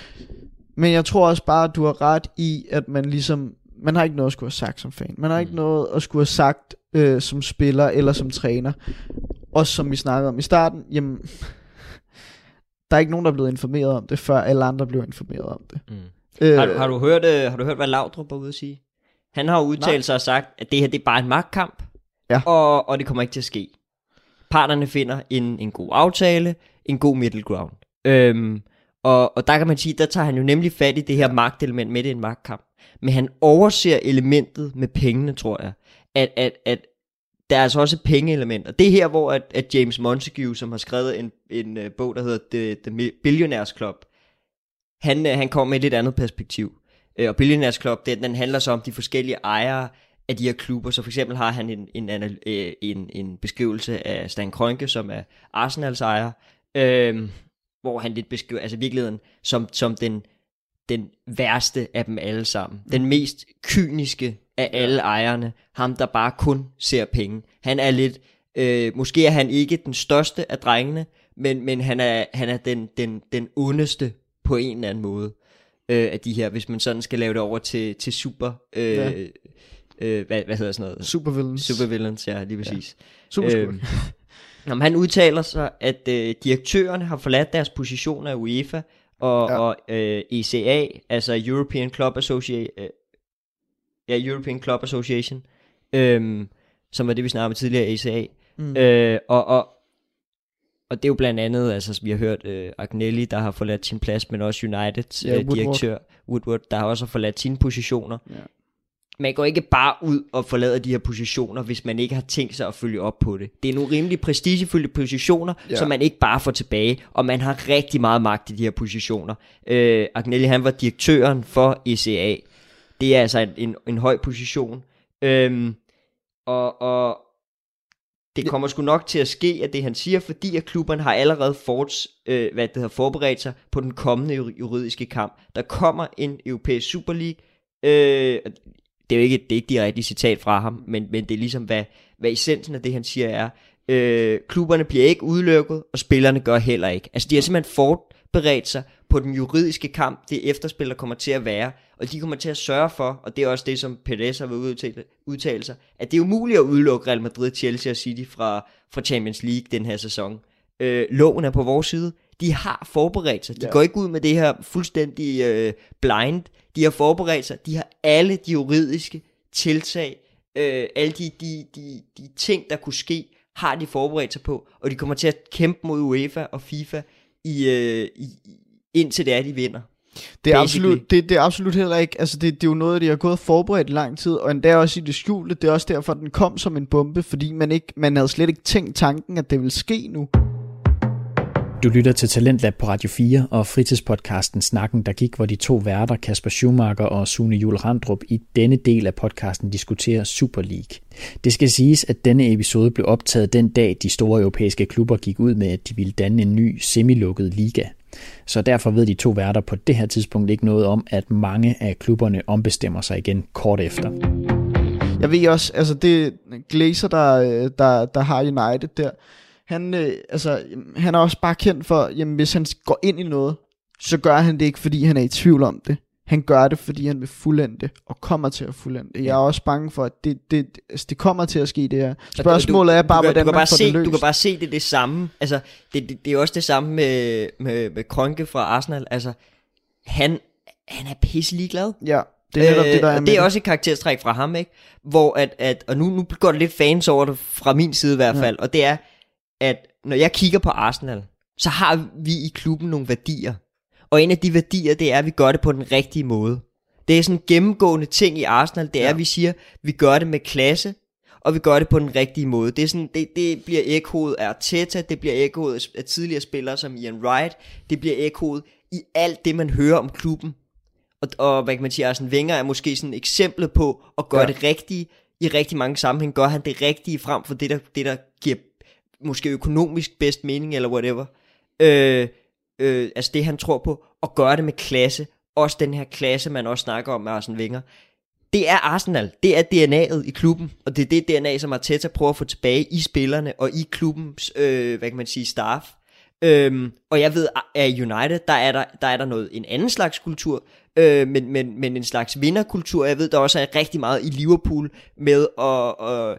Men jeg tror også bare, at du har ret i, at man ligesom, man har ikke noget at skulle have sagt som fan. Man har ikke noget at skulle have sagt øh, som spiller eller som træner. Også som vi snakkede om i starten, jamen, der er ikke nogen, der er blevet informeret om det, før alle andre blev informeret om det. Mm. Øh, Har, du- har, du hørt, øh, har du hørt, hvad Laudrup var ude at sige? Han har jo udtalt Nej. sig og sagt, at det her det er bare en magtkamp, Ja. og, og det kommer ikke til at ske. Parterne finder en, en god aftale, en god middle ground. Øhm, og, og der kan man sige, der tager han jo nemlig fat i det her magtelement med, det er en magtkamp. Men han overser elementet med pengene, tror jeg. At, at, at der er altså også et pengeelement. Og det er her, hvor at, at James Montague, som har skrevet en, en uh, bog, der hedder The, The Billionaires Club, han, uh, han kommer med et lidt andet perspektiv. Uh, og Billionaires Club, den, den handler så om de forskellige ejere af de her klubber. Så for eksempel har han en, en, en, en, en beskrivelse af Stan Kroenke, som er Arsenals ejer, øh, hvor han lidt beskriver, altså virkeligheden, som, som den, den værste af dem alle sammen. Den mest kyniske af alle ejerne. Ham, der bare kun ser penge. Han er lidt, øh, måske er han ikke den største af drengene, men, men han er, han er den, den, den ondeste på en eller anden måde øh, af de her, hvis man sådan skal lave det over til, til super, øh, Ja. øh, hvad, hvad hedder sådan noget? Supervillains. Supervillains, ja, lige præcis. Superskurk. Øhm, Nå, men han udtaler sig, at øh, direktørerne har forladt deres positioner af UEFA og, Ja. ja. og øh, E C A, altså European Club Association, øh, ja, European Club Association, øh, som var det, vi snakkede om tidligere, E C A. Mm. Øh, og, og, og det er jo blandt andet, altså vi har hørt øh, Agnelli, der har forladt sin plads, men også Uniteds Ja, øh, Woodward. direktør, Woodward, der har også forladt sine positioner. Ja. Man går ikke bare ud og forlader de her positioner, hvis man ikke har tænkt sig at følge op på det. Det er nogle rimelig prestigefyldte positioner, Ja. som man ikke bare får tilbage, og man har rigtig meget magt i de her positioner. Øh, Agnelli, han var direktøren for E C A. Det er altså en, en, en høj position. Øhm, og, og det kommer sgu nok til at ske, at det han siger, fordi at klubberne har allerede forts, øh, hvad det hedder, forberedt sig på den kommende juridiske kamp. Der kommer en europæisk Super League. Øh, det er jo ikke, det er ikke direkte citat fra ham, men, men det er ligesom, hvad, hvad essensen af det, han siger er, øh, klubberne bliver ikke udelukket, og spillerne gør heller ikke. Altså, de har simpelthen forberedt sig på den juridiske kamp, det efterspiller kommer til at være, og de kommer til at sørge for, og det er også det, som Perez har været udtale, udtale sig, at det er umuligt at udelukke Real Madrid, Chelsea og City fra, fra Champions League den her sæson. Øh, loven er på vores side. De har forberedt sig. De yeah. går ikke ud med det her fuldstændig øh, blind. De har forberedt sig. De har alle de juridiske tiltag, øh, alle de, de, de, de ting, der kunne ske, har de forberedt sig på, og de kommer til at kæmpe mod UEFA og FIFA i, øh, i, indtil det er, de vinder. Det er, absolut, det, det er absolut heller ikke, altså det, det er jo noget, de har gået forberedt i lang tid, og endda også i det skjulte. Det er også derfor, den kom som en bombe, fordi man, ikke, man havde slet ikke tænkt tanken, at det ville ske nu. Du lytter til Talentlab på Radio fire og fritidspodcasten Snakken, der gik, hvor de to værter, Kasper Schumacher og Sune Juhl Randrup, i denne del af podcasten diskuterer Super League. Det skal siges, at denne episode blev optaget den dag, de store europæiske klubber gik ud med, at de ville danne en ny semilukket liga. Så derfor ved de to værter på det her tidspunkt ikke noget om, at mange af klubberne ombestemmer sig igen kort efter. Jeg ved også, altså det Glazer, der, der, der har United der, Han, øh, altså, han er også bare kendt for, jamen hvis han går ind i noget, så gør han det ikke, fordi han er i tvivl om det. Han gør det, fordi han vil fuldende det, og kommer til at fuldende det. Jeg er også bange for, at det, det, altså, det kommer til at ske det her. Spørgsmålet du, er bare, du, hvordan du kan man bare får se, det løst. Du kan bare se det det samme. Altså, det, det, det er også det samme med, med, med Kroenke fra Arsenal. Altså, han, han er pisse ligeglad. Ja. Det er netop øh, det, der er og med det er det. også et karakterstræk fra ham, ikke? Hvor at, at og nu, nu går det lidt fans over det, fra min side i hvert fald, ja. Og det er, at når jeg kigger på Arsenal, så har vi i klubben nogle værdier. Og en af de værdier, det er, at vi gør det på den rigtige måde. Det er sådan en gennemgående ting i Arsenal, det er, ja. At vi siger, at vi gør det med klasse, og vi gør det på den rigtige måde. Det, er sådan, det, det bliver ekkoet af Arteta, det bliver ekkoet af tidligere spillere som Ian Wright, det bliver ekkoet i alt det, man hører om klubben. Og, og hvad kan man sige, Arsene Wenger er måske sådan et eksempel på at gøre ja. Det rigtige i rigtig mange sammenhæng. Gør han det rigtige frem for det, der, det, der giver måske økonomisk bedst mening, eller whatever. Øh, øh, altså det, han tror på, og gøre det med klasse. Også den her klasse, man også snakker om med Arsene Wenger. Det er Arsenal. Det er D N A'et i klubben, og det er det D N A, som Arteta prøver at få tilbage i spillerne, og i klubbens, øh, hvad kan man sige, staff. Øhm, og jeg ved, at i United, der er der, der er der noget, en anden slags kultur, øh, men, men, men en slags vinderkultur. Jeg ved, der også er rigtig meget i Liverpool med at, og,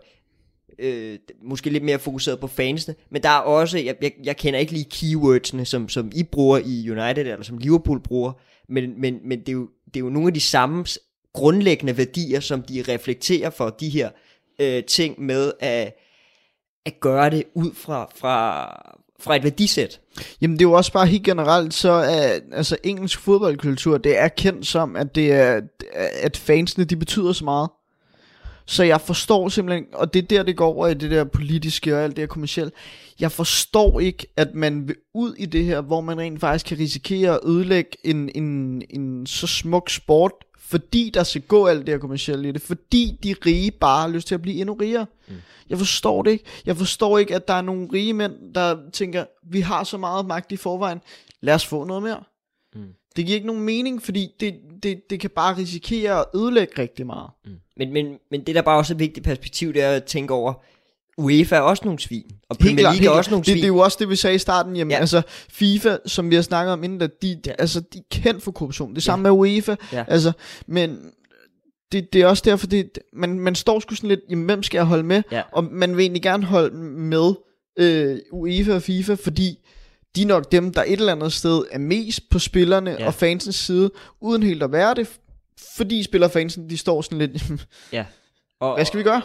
øh, måske lidt mere fokuseret på fansene, men der er også, jeg, jeg, jeg kender ikke lige keywordsene, som, som I bruger i United, eller som Liverpool bruger, men, men, men det, er jo, det er jo nogle af de samme grundlæggende værdier, som de reflekterer for de her øh, ting med at, at gøre det ud fra, fra fra et værdisæt. Jamen det er jo også bare helt generelt, så er altså engelsk fodboldkultur, det er kendt som, at det er, at fansene, de betyder så meget. Så jeg forstår simpelthen, og det er der, det går over i det der politiske og alt det her kommercielle. Jeg forstår ikke, at man vil ud i det her, hvor man rent faktisk kan risikere at ødelægge en, en, en så smuk sport, fordi der skal gå alt det her kommercielle i det, fordi de rige bare har lyst til at blive endnu rigere. Mm. Jeg forstår det ikke. Jeg forstår ikke, at der er nogle rige mænd, der tænker, vi har så meget magt i forvejen, lad os få noget mere. Mm. Det giver ikke nogen mening, fordi det, det, det kan bare risikere at ødelægge rigtig meget. Mm. Men, men, men det der bare også et vigtigt perspektiv, det er at tænke over, UEFA er også nogle svin, og Premier League er også nogle svin. Det, det er jo også det, vi sagde i starten. Jamen, ja. Altså FIFA, som vi har snakket om inden, de, de, ja. altså, de er kendt for korruption. Det samme ja. Med UEFA. Ja. Altså, men det, det er også derfor, det, man, man står sgu sådan lidt, jamen, hvem skal jeg holde med? Ja. Og man vil egentlig gerne holde med øh, UEFA og FIFA, fordi de er nok dem, der et eller andet sted er mest på spillerne ja. Og fansens side, uden helt at være det, fordi spillerfansen, de står sådan lidt, ja. Og, hvad skal vi gøre?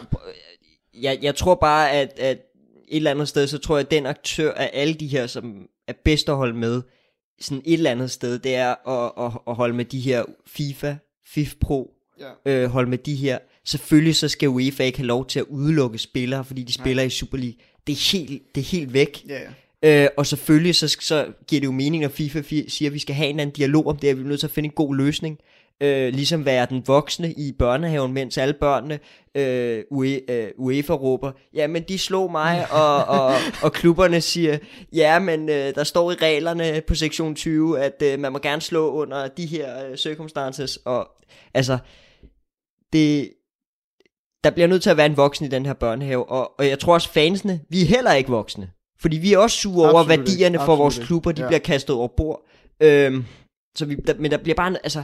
Jeg, jeg tror bare, at, at et eller andet sted, så tror jeg, at den aktør af alle de her, som er bedst at holde med, sådan et eller andet sted, det er at, at, at holde med de her FIFA, FIFA Pro, ja. øh, holde med de her. Selvfølgelig så skal UEFA ikke have lov til at udelukke spillere, fordi de spiller Nej. I Super League. Det er helt, det er helt væk. Ja, ja. Øh, og selvfølgelig så, så giver det jo mening, når FIFA siger, at vi skal have en eller anden dialog om det, at vi er nødt til at finde en god løsning. Øh, ligesom være den voksne i børnehaven, mens alle børnene øh, UEFA råber, ja, men de slog mig, og, og, og klubberne siger, ja, men øh, der står i reglerne på sektion tyve, at øh, man må gerne slå under de her øh, circumstances, og altså, det, der bliver nødt til at være en voksen i den her børnehave, og, og jeg tror også fansene, vi er heller ikke voksne, fordi vi er også sure over værdierne for vores klubber, de ja. Bliver kastet over bord. Øhm, så vi, der, men der bliver bare, altså,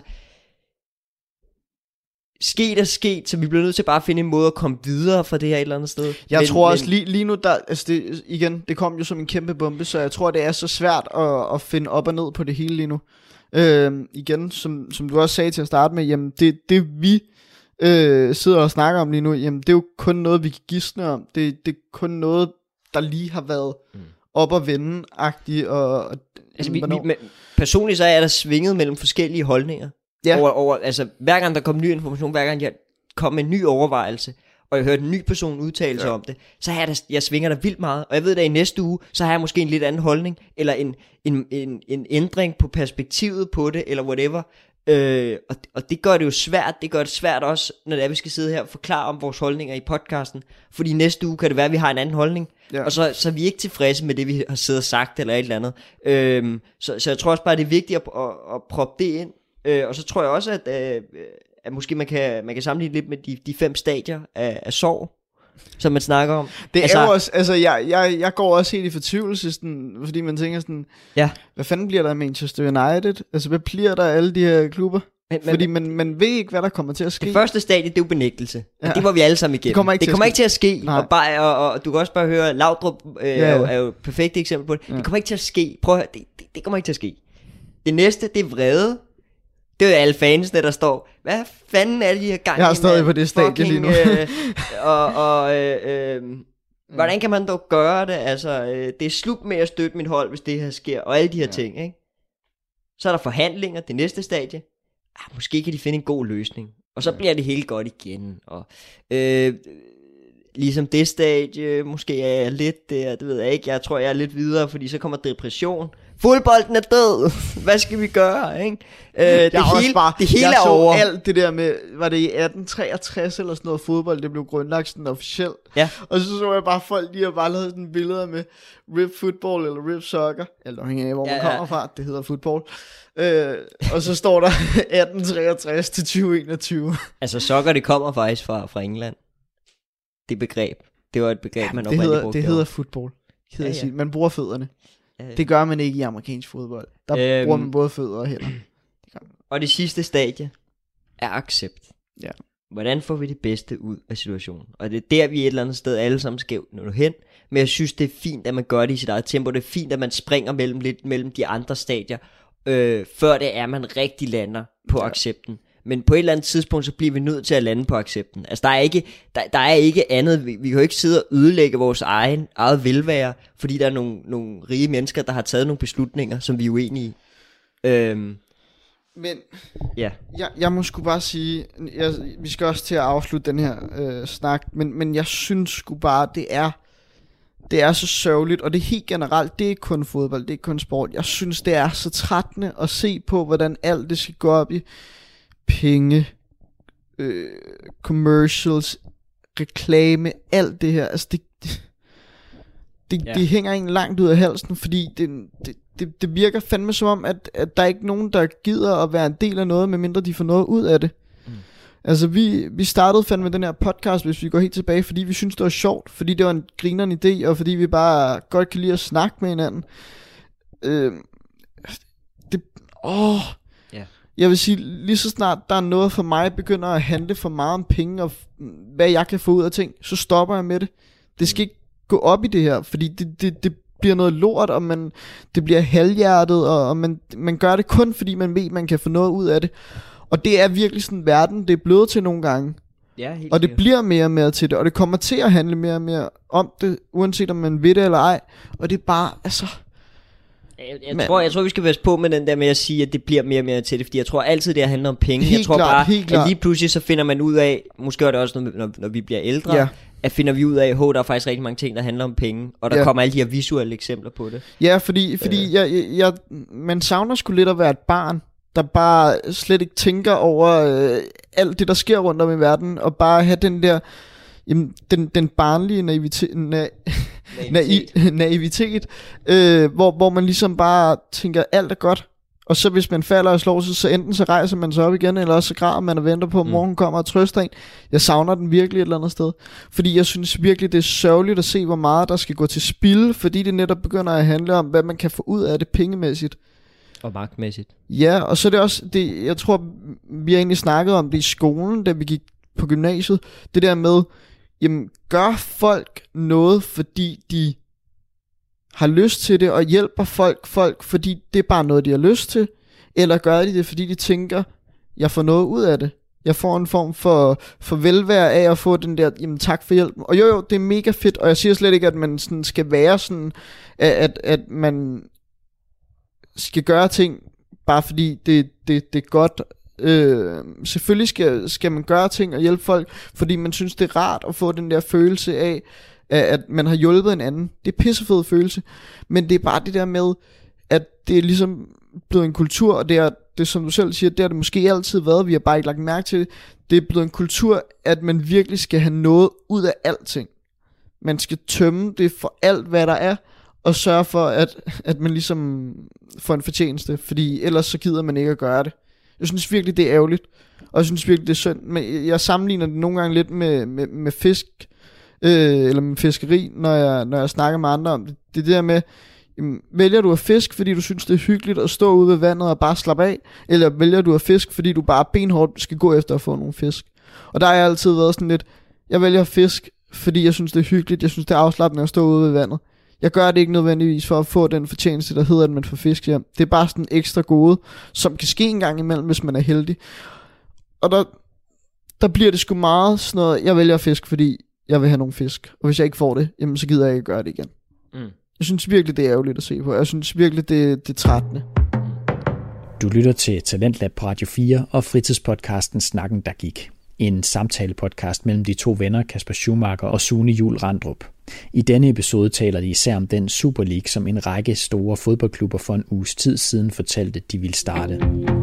sket er sket, så vi bliver nødt til bare at finde en måde at komme videre fra det her et eller andet sted. Jeg men, tror også men, lige, lige nu, der, altså det, igen, det kom jo som en kæmpe bombe, så jeg tror, det er så svært at, at finde op og ned på det hele lige nu. Øhm, igen, som, som du også sagde til at starte med, jamen det, det vi øh, sidder og snakker om lige nu, jamen det er jo kun noget, vi kan gisne om. Det, det er kun noget, der lige har været mm. op og vende-agtigt. Og, og, altså, vi, vi, men, personligt så er der svinget mellem forskellige holdninger. Ja. Over, over, altså hver gang der kom ny information, hver gang jeg kom med en ny overvejelse, og jeg hørte en ny person udtale sig ja. om det, så har jeg, der, jeg svinger der vildt meget. Og jeg ved, at i næste uge, så har jeg måske en lidt anden holdning, eller en, en, en, en ændring på perspektivet på det, eller whatever. Øh, og, og det gør det jo svært, det gør det svært også, når det er, vi skal sidde her og forklare om vores holdninger i podcasten. Fordi næste uge kan det være, at vi har en anden holdning, ja. og så, så er vi ikke tilfredse med det, vi har siddet og sagt, eller et eller andet. Øh, så, så jeg tror også bare, det er vigtigt at, at, at proppe det ind. Øh, og så tror jeg også, at, øh, at måske man kan, man kan sammenligne lidt med de, de fem stadier af, af sorg, som man snakker om. Det altså, er jo også, altså jeg, jeg, jeg går også helt i fortvivlelse, sådan, fordi man tænker sådan, ja. hvad fanden bliver der af Manchester United? Altså hvad bliver der af alle de her klubber? Men, men, fordi man, man ved ikke, hvad der kommer til at ske. Det første stadie, det er jo benægtelse. Ja. Og det var vi alle sammen igennem. Det kommer ikke, det til, kommer at ikke til at ske. Og, bare, og, og du kan også bare høre, Laudrup øh, ja, ja. Er, jo, er jo et perfekt eksempel på det. Ja. Det kommer ikke til at ske. Prøv at høre, det, det, det kommer ikke til at ske. Det næste, det er vrede. Det er jo alle fansene, der står, hvad fanden er de her gang? Jeg er stadig på det stadie lige nu. øh, og og øh, øh, hvordan kan man dog gøre det? Altså, øh, det er slut med at støtte mit hold, hvis det her sker, og alle de her ja. ting, ikke? Så er der forhandlinger, det næste stadie. Ah, måske kan de finde en god løsning. Og så bliver det hele godt igen. Og øh, ligesom det stadie, måske er jeg lidt der, det ved jeg ikke. Jeg tror, jeg er lidt videre, fordi så kommer depression. Fodbolden er død. Hvad skal vi gøre, ikke? Øh, det, hele, bare, det hele jeg er så over. alt det der med, var det i atten treogtres eller sådan noget fodbold, det blev grundlagt sådan officielt. Ja. Og så så jeg bare folk, de har bare lavet sådan billeder med rip football eller rip soccer, eller afhængig af hvor ja, man kommer ja. fra, det hedder football. Øh, og så står der atten treogtres til tyve enogtyve. Altså soccer, det kommer faktisk fra, fra England. Det begreb. Det var et begreb, ja, man oprindeligt hedder, brugte. Det hedder football. Det hedder ja, ja. Man bruger fødderne. Det gør man ikke i amerikansk fodbold. Der øhm, bruger man både fødder og hænder. Det og det sidste stadie er accept. Ja. Hvordan får vi det bedste ud af situationen? Og det er der, vi et eller andet sted alle sammen skal nå hen. Men jeg synes, det er fint, at man gør det i sit eget tempo. Det er fint, at man springer mellem lidt mellem de andre stadier. Øh, før det er, man rigtig lander på ja. accepten. Men på et eller andet tidspunkt, så bliver vi nødt til at lande på accepten. Altså der er ikke, der, der er ikke andet. Vi, vi kan jo ikke sidde og ødelægge vores egen, eget velvære, fordi der er nogle, nogle rige mennesker, der har taget nogle beslutninger, som vi er uenige i. Øhm, Men ja. jeg, jeg må sgu bare sige, jeg, vi skal også til at afslutte den her øh, snak, men, men jeg synes sgu bare, det er, det er så sørgeligt, og det er helt generelt, det er ikke kun fodbold, det er ikke kun sport. Jeg synes, det er så trættende at se på, hvordan alt det skal gå op i penge, øh, commercials, reklame, alt det her. Altså det, det, ja. det hænger egentlig langt ud af halsen, fordi det, det, det, det virker fandme som om, at, at der er ikke nogen, der gider at være en del af noget, medmindre de får noget ud af det. Mm. Altså vi, vi startede fandme den her podcast, hvis vi går helt tilbage, fordi vi synes det var sjovt, fordi det var en grinerende idé, og fordi vi bare godt kan lide at snakke med hinanden. Øh, det, åh... Jeg vil sige, lige så snart der er noget for mig, begynder at handle for meget om penge, og hvad jeg kan få ud af ting, så stopper jeg med det. Det skal ikke gå op i det her, fordi det, det, det bliver noget lort, og man, det bliver halvhjertet, og, og man, man gør det kun, fordi man ved, man kan få noget ud af det. Og det er virkelig sådan verden, det er blevet til nogle gange. Ja, helt og det sikkert. bliver mere og mere til det, og det kommer til at handle mere og mere om det, uanset om man ved det eller ej. Og det er bare, altså... Jeg, jeg, tror, jeg tror vi skal være på med den der med at sige, at det bliver mere og mere til det. Fordi jeg tror altid det handler om penge. Helt Jeg tror klart, bare at lige pludselig så finder man ud af, måske er det også når, når vi bliver ældre, ja. at finder vi ud af, at der er faktisk rigtig mange ting der handler om penge. Og der ja. kommer alle de her visuelle eksempler på det. Ja, fordi, fordi øh. jeg, jeg, jeg, man savner sgu lidt at være et barn, der bare slet ikke tænker over øh, alt det der sker rundt om i verden, og bare have den der jamen, den, den barnlige naivitet, na- naivitet, naivitet øh, hvor, hvor man ligesom bare tænker, alt er godt. Og så hvis man falder og slår sig, så enten så rejser man sig op igen, eller også så græder man og venter på, at morgen kommer og trøster en. Jeg savner den virkelig et eller andet sted. Fordi jeg synes virkelig, det er sørgeligt at se, hvor meget der skal gå til spilde, fordi det netop begynder at handle om, hvad man kan få ud af det pengemæssigt. Og magtmæssigt. Ja, og så er det også, det, jeg tror, vi har egentlig snakket om det i skolen, da vi gik på gymnasiet. Det der med, jamen, gør folk noget, fordi de har lyst til det, og hjælper folk, folk, fordi det er bare noget, de har lyst til? Eller gør de det, fordi de tænker, jeg får noget ud af det? Jeg får en form for, for velvære af at få den der, jamen tak for hjælpen. Og jo jo, det er mega fedt, og jeg siger slet ikke, at man sådan skal være sådan, at, at man skal gøre ting, bare fordi det, det, det er godt. Øh, selvfølgelig skal, skal man gøre ting og hjælpe folk, fordi man synes, det er rart at få den der følelse af, at man har hjulpet en anden. Det er pissefed følelse, men det er bare det der med, at det er ligesom blevet en kultur, og det er, det som du selv siger, det har det måske altid været, vi har bare ikke lagt mærke til det. Det er blevet en kultur, at man virkelig skal have noget ud af alting. Man skal tømme det for alt, hvad der er, og sørge for, at, at man ligesom får en fortjeneste, fordi ellers så gider man ikke at gøre det. Jeg synes virkelig, det er ærgerligt, og jeg synes virkelig, det er synd. Men jeg sammenligner det nogle gange lidt med, med, med fisk, øh, eller med fiskeri, når jeg, når jeg snakker med andre om det. Det er det der med, jamen, vælger du at fisk, fordi du synes, det er hyggeligt at stå ude ved vandet og bare slappe af, eller vælger du at fisk, fordi du bare benhårdt skal gå efter at få nogle fisk? Og der har jeg altid været sådan lidt, jeg vælger at fisk, fordi jeg synes, det er hyggeligt, jeg synes, det er afslappende at stå ude ved vandet. Jeg gør det ikke nødvendigvis for at få den fortjeneste, der hedder, at man får fisk hjem. Det er bare sådan ekstra gode, som kan ske en gang imellem, hvis man er heldig. Og der, der bliver det sgu meget sådan noget, jeg vælger fisk, fordi jeg vil have nogle fisk. Og hvis jeg ikke får det, jamen så gider jeg ikke gøre det igen. Mm. Jeg synes virkelig, det er ærgerligt at se på. Jeg synes virkelig, det, det er trættende. Du lytter til Talentlab på Radio fire og fritidspodcasten Snakken, der gik. En samtale-podcast mellem de to venner Kasper Schumacher og Sune Juhl Randrup. I denne episode taler de især om den Super League, som en række store fodboldklubber for en uges tid siden fortalte, de ville starte.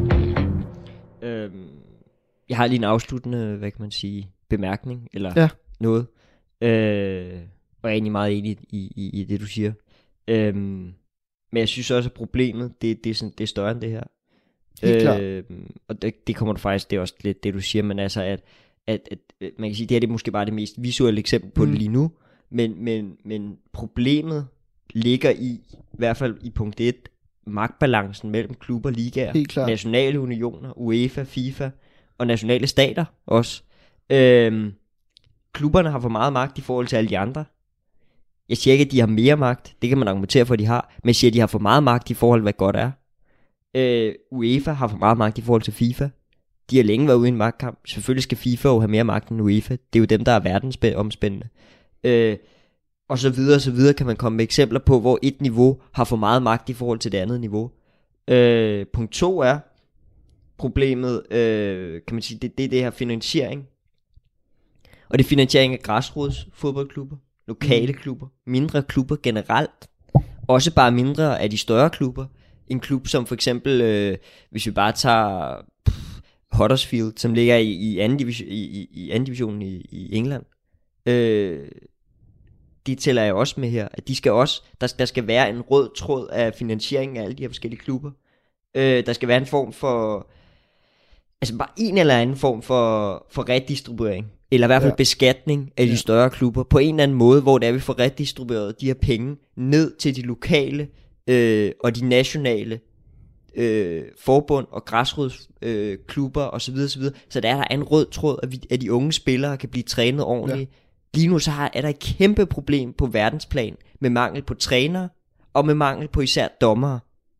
Øhm, jeg har lige en afsluttende, hvad kan man sige, bemærkning, eller ja. noget. Øh, og jeg er egentlig meget enig i, i, i det, du siger. Øhm, men jeg synes også, at problemet, det, det, er, sådan, det er større end det her. Øh, og det, det kommer du faktisk, det er også lidt det du siger, men altså at, at, at man kan sige, det her det er måske bare det mest visuelle eksempel på mm. det lige nu, men, men, men problemet ligger i, i hvert fald i punkt et, magtbalancen mellem klubber, ligaer, nationale unioner, UEFA, FIFA og nationale stater også. Øhm, klubberne har for meget magt i forhold til alle de andre. Jeg siger ikke, at de har mere magt, det kan man argumentere for, at de har, men jeg siger, at de har for meget magt i forhold til, hvad godt er. Uh, UEFA har for meget magt i forhold til FIFA. De har længe været ude i en magtkamp. Selvfølgelig skal FIFA jo have mere magt end UEFA. Det er jo dem, der er verdensomspændende. uh, Og så videre og så videre kan man komme med eksempler på, hvor et niveau har for meget magt i forhold til det andet niveau. uh, Punkt to er problemet, uh, kan man sige, det, det er det her finansiering. Og det er finansiering af græsrods fodboldklubber, lokale klubber, mindre klubber generelt. Også bare mindre af de større klubber. En klub som for eksempel, øh, hvis vi bare tager pff, Huddersfield, som ligger i, i, anden, division, i, i, i anden division i, i England. Øh, de tæller jeg også med her, at de skal også, der, der skal være en rød tråd af finansiering af alle de her forskellige klubber. Øh, der skal være en form for, altså bare en eller anden form for, for redistribuering. Eller i hvert fald ja. beskatning af de ja. større klubber. På en eller anden måde, hvor det er, vi får redistribueret de her penge ned til de lokale Øh, og de nationale øh, forbund og græsrodsklubber øh, klubber og så videre, så videre. Så der er der en rød tråd, at, vi, at de unge spillere kan blive trænet ordentligt. Ja. Lige nu så har, er der et kæmpe problem på verdensplan med mangel på trænere og med mangel på især dommere.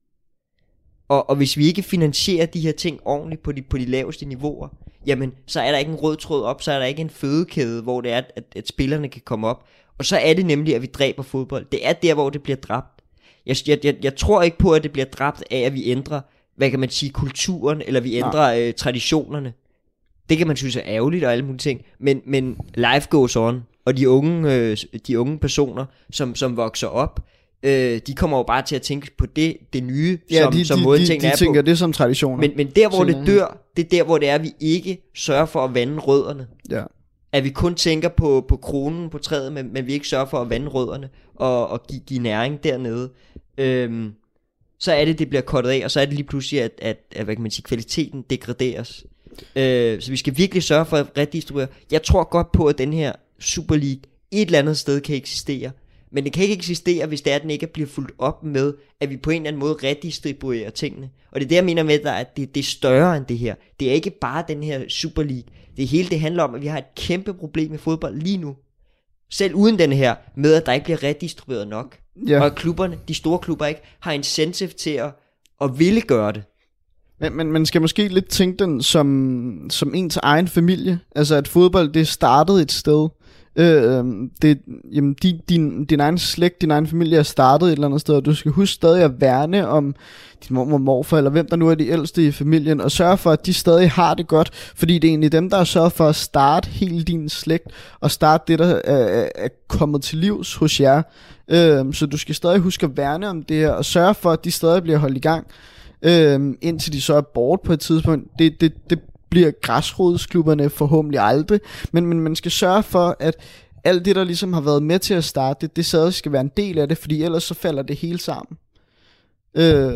Og, og hvis vi ikke finansierer de her ting ordentligt på de, på de laveste niveauer, jamen så er der ikke en rød tråd op, så er der ikke en fødekæde, hvor det er, at, at spillerne kan komme op. Og så er det nemlig, at vi dræber fodbold. Det er der, hvor det bliver dræbt. Jeg, jeg, jeg, jeg tror ikke på, at det bliver dræbt af, at vi ændrer, hvad kan man sige, kulturen, eller vi ændrer øh, traditionerne. Det kan man synes er ærgerligt og alle mulige ting, men, men life goes on, og de unge, øh, de unge personer, som, som vokser op, øh, de kommer jo bare til at tænke på det, det nye, ja, som, de, som de, måden de, tingene de er tænker på. det som traditioner. Men, men der, hvor det dør, det er der, hvor det er, at vi ikke sørger for at vande rødderne. Ja. At vi kun tænker på, på kronen på træet, men, men vi ikke sørger for at vande rødderne og, og give, give næring dernede. Øhm, så er det, det bliver kottet af, og så er det lige pludselig, at, at, at hvad kan man sige, kvaliteten degraderes. Øh, så vi skal virkelig sørge for at redistribuere. Jeg tror godt på, at den her Super League et eller andet sted kan eksistere, Men det kan ikke eksistere, hvis det er, at den ikke bliver fuldt op med, at vi på en eller anden måde redistribuerer tingene. Og det er det, jeg mener med, at det, det er større end det her. Det er ikke bare den her Super League. Det hele det handler om, at vi har et kæmpe problem med fodbold lige nu. Selv uden den her, med at der ikke bliver redistribueret nok. Ja. Og at klubberne, de store klubber ikke, har incentive til at, at ville gøre det. Men, men man skal måske lidt tænke den som, som ens egen familie. Altså at fodbold, det startede et sted. Øh, det, jamen, din, din, din egen slægt, din egen familie er startet et eller andet sted, og du skal huske stadig at værne om din mormor og morfar, eller hvem der nu er de ældste i familien, og sørge for, at de stadig har det godt, fordi det er egentlig dem, der har sørget for at starte hele din slægt, og starte det, der er, er kommet til livs hos jer. Øh, så du skal stadig huske at værne om det her, og sørge for, at de stadig bliver holdt i gang, øh, indtil de så er bort på et tidspunkt. Det, det, det bliver græsrodsklubberne forhåbentlig aldrig, men, men man skal sørge for, at alt det, der ligesom har været med til at starte det, det stadig skal være en del af det, fordi ellers så falder det hele sammen. Øh,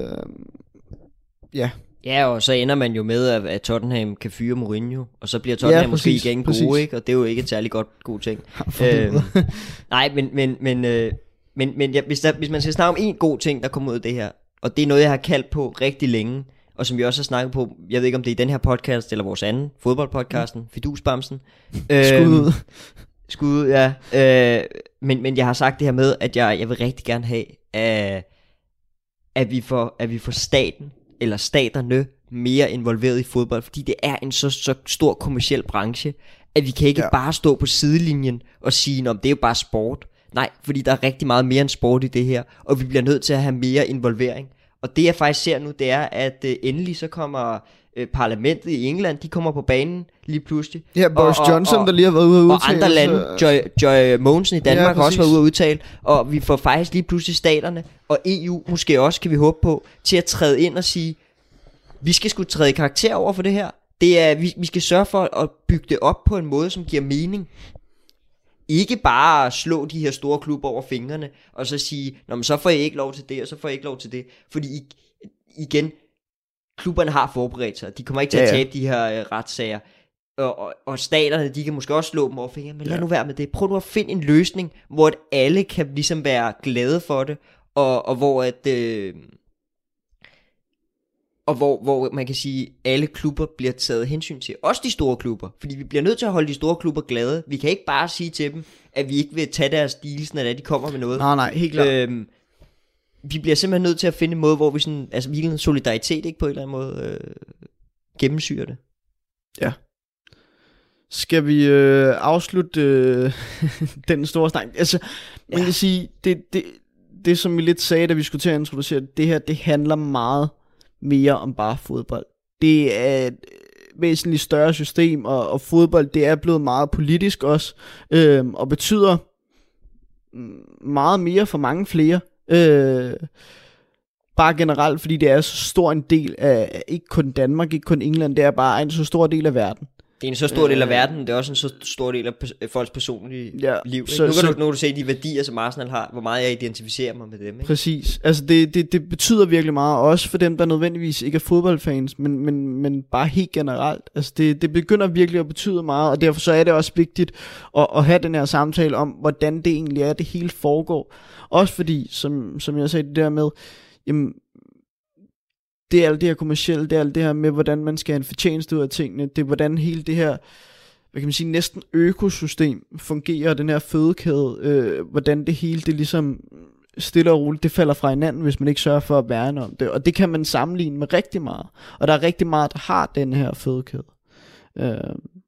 ja. Ja, og så ender man jo med, at Tottenham kan fyre Mourinho, og så bliver Tottenham ja, præcis, måske igen præcis. gode, ikke? Og det er jo ikke et særlig godt god ting. øh, nej, men, men, men, øh, men, men ja, hvis, der, hvis man skal snakke om en god ting, der kommer ud af det her, og det er noget, jeg har kaldt på rigtig længe, og som vi også har snakket på, jeg ved ikke om det er i den her podcast, eller vores anden, fodboldpodcasten, mm. Fidusbamsen. Skud ud. Øh, skud ud, ja. Øh, men, men jeg har sagt det her med, at jeg, jeg vil rigtig gerne have, at, at, vi får, at vi får staten, eller staterne, mere involveret i fodbold, fordi det er en så, så stor kommerciel branche, at vi kan ikke ja. bare stå på sidelinjen og sige, at det er jo bare sport. Nej, fordi der er rigtig meget mere end sport i det her, og vi bliver nødt til at have mere involvering. Og det jeg faktisk ser nu, det er, at øh, endelig så kommer øh, parlamentet i England, de kommer på banen lige pludselig. Ja, Boris og, Johnson, og, der lige har været ude at udtale. Og andre lande, Joy, Joy Mogensen i Danmark ja, har også været ude at udtale. Og vi får faktisk lige pludselig staterne, og E U måske også, kan vi håbe på, til at træde ind og sige, vi skal sgu træde i karakter over for det her. Det er, vi, vi skal sørge for at bygge det op på en måde, som giver mening. Ikke bare slå de her store klubber over fingrene, og så sige, nå, men så får I ikke lov til det, og så får I ikke lov til det. Fordi igen, klubberne har forberedt sig. De kommer ikke til at tabe ja, ja. de her øh, retssager. Og, og, og staterne, de kan måske også slå dem over fingrene, men lad ja. nu være med det. Prøv nu at finde en løsning, hvor at alle kan ligesom være glade for det, og, og hvor at... Øh, Og hvor, hvor man kan sige, at alle klubber bliver taget hensyn til. Også de store klubber. Fordi vi bliver nødt til at holde de store klubber glade. Vi kan ikke bare sige til dem, at vi ikke vil tage deres deals, når de kommer med noget. Nej, nej, helt klart. Øhm, vi bliver simpelthen nødt til at finde en måde, hvor vi sådan, altså virkelig en solidaritet, ikke på en eller anden måde, øh, gennemsyrer det. Ja. Skal vi øh, afslutte øh, den store snak? Altså, man ja. kan sige, det, det, det som vi lidt sagde, da vi skulle til at introducere det, det her, det handler meget mere om bare fodbold. Det er et væsentligt større system, og, og fodbold, det er blevet meget politisk også, øh, og betyder meget mere for mange flere. Øh, bare generelt, fordi det er så stor en del af, ikke kun Danmark, ikke kun England, det er bare en så stor del af verden. Det er en så stor del af verden, det er også en så stor del af folks personlige ja, liv. Så, nu, kan så, du, nu kan du se de værdier, som Arsenal har, hvor meget jeg identificerer mig med dem. Ikke? Præcis. Altså det, det, det betyder virkelig meget, også for dem, der nødvendigvis ikke er fodboldfans, men, men, men bare helt generelt. Altså det, det begynder virkelig at betyde meget, og derfor så er det også vigtigt at, at have den her samtale om, hvordan det egentlig er, det hele foregår. Også fordi, som, som jeg sagde det der med, jamen, det er alt det her kommercielle, det er alt det her med, hvordan man skal have en fortjeneste ud af tingene, det er hvordan hele det her, hvad kan man sige, næsten økosystem fungerer, den her fødekæde, øh, hvordan det hele, det ligesom stille og roligt, det falder fra hinanden, hvis man ikke sørger for at værne om det, og det kan man sammenligne med rigtig meget, og der er rigtig meget, der har den her fødekæde. Øh.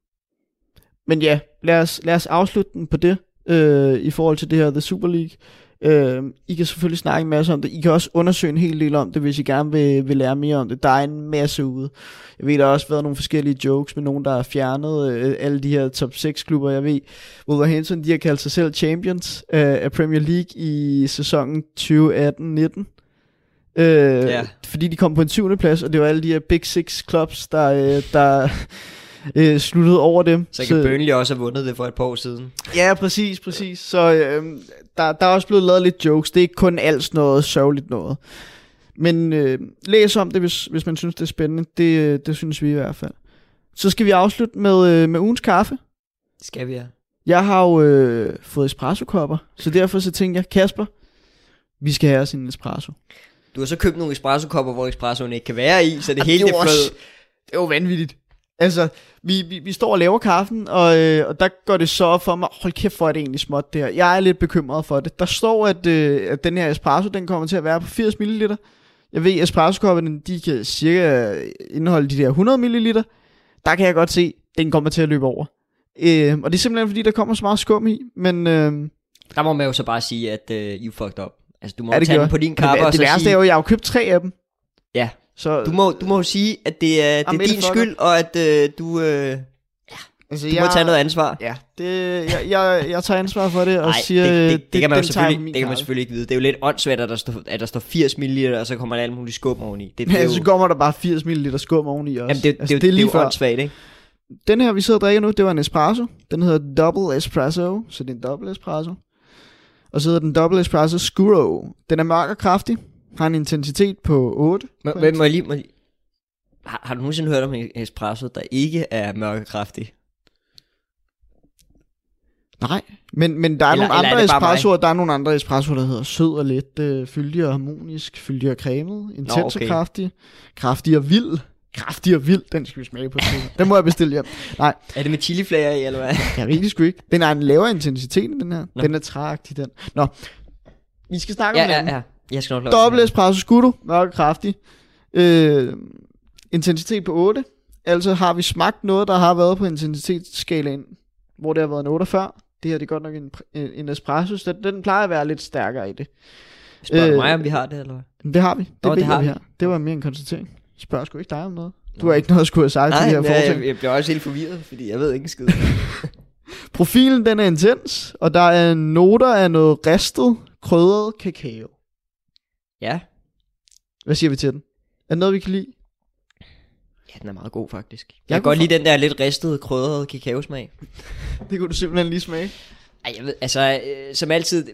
Men ja, lad os, lad os afslutte den på det, øh, i forhold til det her The Super League. Uh, I kan selvfølgelig snakke en masse om det. I kan også undersøge en hel del om det, hvis I gerne vil, vil lære mere om det. Der er en masse ude. Jeg ved, der har også været nogle forskellige jokes med nogen, der har fjernet uh, alle de her top seks klubber. Jeg ved, Wolverhampton, de har kaldt sig selv champions uh, af Premier League i sæsonen tyve atten nitten. Uh, yeah. Fordi de kom på en syvende plads, og det var alle de her Big Six clubs, der... Uh, der Øh, sluttede over dem. Så kan Burnley også have vundet det for et par år siden. Ja, præcis, præcis. Så øh, der, der er også blevet lavet lidt jokes. Det er ikke kun alt noget sørgeligt noget. Men øh, læs om det, hvis, hvis man synes, det er spændende. Det, det synes vi i hvert fald. Så skal vi afslutte med, øh, med ugens kaffe. Skal vi, ja. Jeg har jo øh, fået espresso-kopper, så derfor så tænkte jeg, Kasper, vi skal have os en espresso. Du har så købt nogle espresso-kopper, hvor espressoen ikke kan være i, så det Og hele det er er jo flød. også- Det er jo vanvittigt. Altså, vi, vi, vi står og laver kaffen, og, øh, og der går det så op for mig, hold kæft, hvor er det egentlig småt det her. Jeg er lidt bekymret for det. Der står, at, øh, at den her espresso, den kommer til at være på firs milliliter. Jeg ved, espresso-kopperne, de kan cirka indeholde de der hundrede milliliter. Der kan jeg godt se, at den kommer til at løbe over. Øh, og det er simpelthen fordi, der kommer så meget skum i, men... Øh, Der må man jo så bare sige, at uh, you fucked up. Altså, du må Ja, det tage gør den på din det, kappe og det så værste sige... er jo, at jeg har jo købt tre af dem. Ja, Så, du må, du må jo sige, at det er, det Jamen, er din fuck skyld, og at uh, du, uh, altså, du må tage noget ansvar. Ja, det, jeg, jeg, jeg tager ansvar for det og Nej, siger, det, det, det, kan man jo den tager jeg på selvfølgelig, min det kan man kappe. selvfølgelig ikke vide. Det er jo lidt åndssvagt, at der står, at der står firs milliliter, og så kommer der alt muligt skum oveni. Det, det er Ja, jo, så kommer der bare firs milliliter skum oveni også. jamen, det, altså, det, det, det, lige er jo før. åndssvagt, ikke? Den her, vi sidder og drikker nu, det var en espresso. Den hedder Double Espresso, så det er en double espresso. Og så hedder den Double Espresso Scuro. Den er mørk og kraftig, har en intensitet på otte. Må, må, må jeg lige, må jeg lige... Har, har du nogensinde hørt om en espresso, der ikke er mørkekraftig? Nej, men, men der er Eller- nogle eller er andre det bare mig? espressoer, der er nogle andre espressoer, der hedder sød og let, øh, fyldig og harmonisk, fyldig og cremet, intens okay. og kraftig, kraftig og vild. Kraftig og vild, den skal vi smage på. Den må jeg bestille hjem. Nej, Er det med chiliflager i, eller hvad? jeg ved det sgu ikke. Den er en lavere intensitet end den her. Nå. Den er træagtig, den. Nå, vi skal snakke Ja, om ja, den. ja. Jeg skal nok lade Dobbelt espresso scuro, mørk og kraftig. Øh, intensitet på otte. Altså har vi smagt noget, der har været på intensitetsskalaen, hvor det har været en otte før. Det her det er godt nok en, en, en espresso, så den, den plejer at være lidt stærkere i det. Spørger du øh, mig, om vi har det, eller hvad? Men det har vi. Det, Nå, ved det jeg, har vi vi. har. Det var mere en konstatering. Jeg spørger sgu ikke dig om noget. Du Nå. har ikke noget at skulle have sagt til Nej, de her men jeg, forting. jeg bliver også helt forvirret, fordi jeg ved ikke en skid. Profilen den er intens, og der er noter af noget ristet, krydret kakao. Ja, Hvad siger vi til den? Er det noget, vi kan lide? ja, den er meget god faktisk. Jeg, Jeg jeg kan kunne godt for- lide den der lidt ristede, krydrede kakaosmag. Det kunne du simpelthen lige smage. Ej, jeg ved, altså, øh, som altid, øh,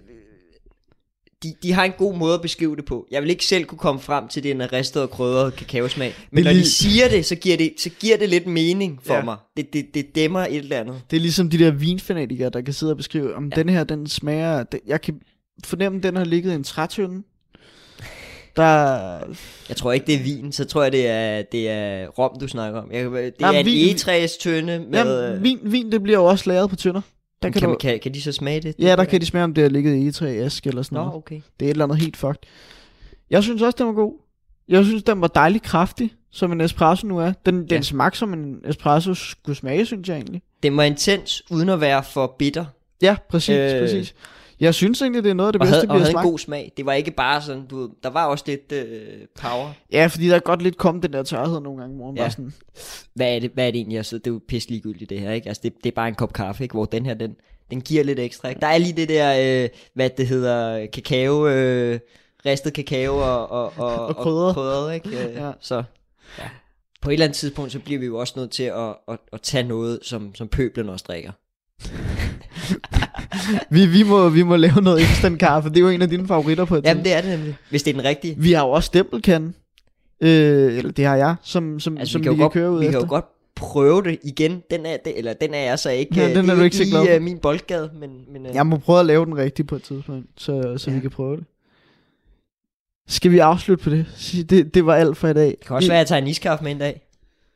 de, de har en god måde at beskrive det på. Jeg vil ikke selv kunne komme frem til, den ristet og krydret kakaosmag. Men Det er når lige- de siger det, så giver det, så giver det lidt mening for Ja. mig. Det, det, det dæmmer et eller andet. Det er ligesom de der vinfanatikere, der kan sidde og beskrive, om ja. den her, den smager... Den, jeg kan fornemme, at den har ligget i en trætønde. Der... Jeg tror ikke, det er vin, så tror jeg, det er, det er rom, du snakker om. Jeg, det Jamen, er en vin- egetræstønde med... Jamen, vin, vin, det bliver jo også lagret på tønder. Der kan, kan, kan, du... kan, kan de så smage det? Ja, der kan de smage, om det har ligget i egetræ, ask eller sådan Nå, noget. okay. Det er et eller andet helt fucked. Jeg synes også, den var god. Jeg synes, den var dejligt kraftig, som en espresso nu er. Den, den Ja. smagte som en espresso skulle smage, synes jeg egentlig. Den var intens, uden at være for bitter. Ja, præcis, Øh. øh... præcis. Jeg synes egentlig, det er noget af det Og bedste, havde, vi og har havde en smagt. god smag. Det var ikke bare sådan, du ved, der var også lidt øh, power. Ja, fordi der er godt lidt kommet den der tørhed nogle gange, hvor man Ja. bare sådan... Hvad er det, hvad er det egentlig? Altså, det er jo pisse ligegyldigt det her, ikke? Altså, det, det er bare en kop kaffe, ikke? Hvor den her, den, den giver lidt ekstra, ikke? Der er lige det der, øh, hvad det hedder, kakao, øh, ristet kakao og, og, og, Og krydret. krydret, ikke? Øh, Ja. Så ja. På et eller andet tidspunkt, så bliver vi jo også nødt til at, at, at tage noget, som, som pøblen også drikker. vi, vi, må, vi må lave noget instant kaffe. Det er jo en af dine favoritter på et Jamen, tidspunkt. det er det nemlig. Hvis det er den rigtige. Vi har jo også stempelkanden. Øh, eller det har jeg, som, som, Altså, som vi kan, vi jo kan godt, køre ud vi efter. kan jo godt prøve det igen. Den er, det, eller den er jeg så ikke. Ja, øh, den det er du ikke så glad lige for. øh, min boldgade, men... men øh, Jeg må prøve at lave den rigtigt på et tidspunkt, så, så Ja. vi kan prøve det. Skal vi afslutte på det? Sig- Det, det var alt for i dag. det kan også Vi- være, at jeg tager en iskaffe med en dag.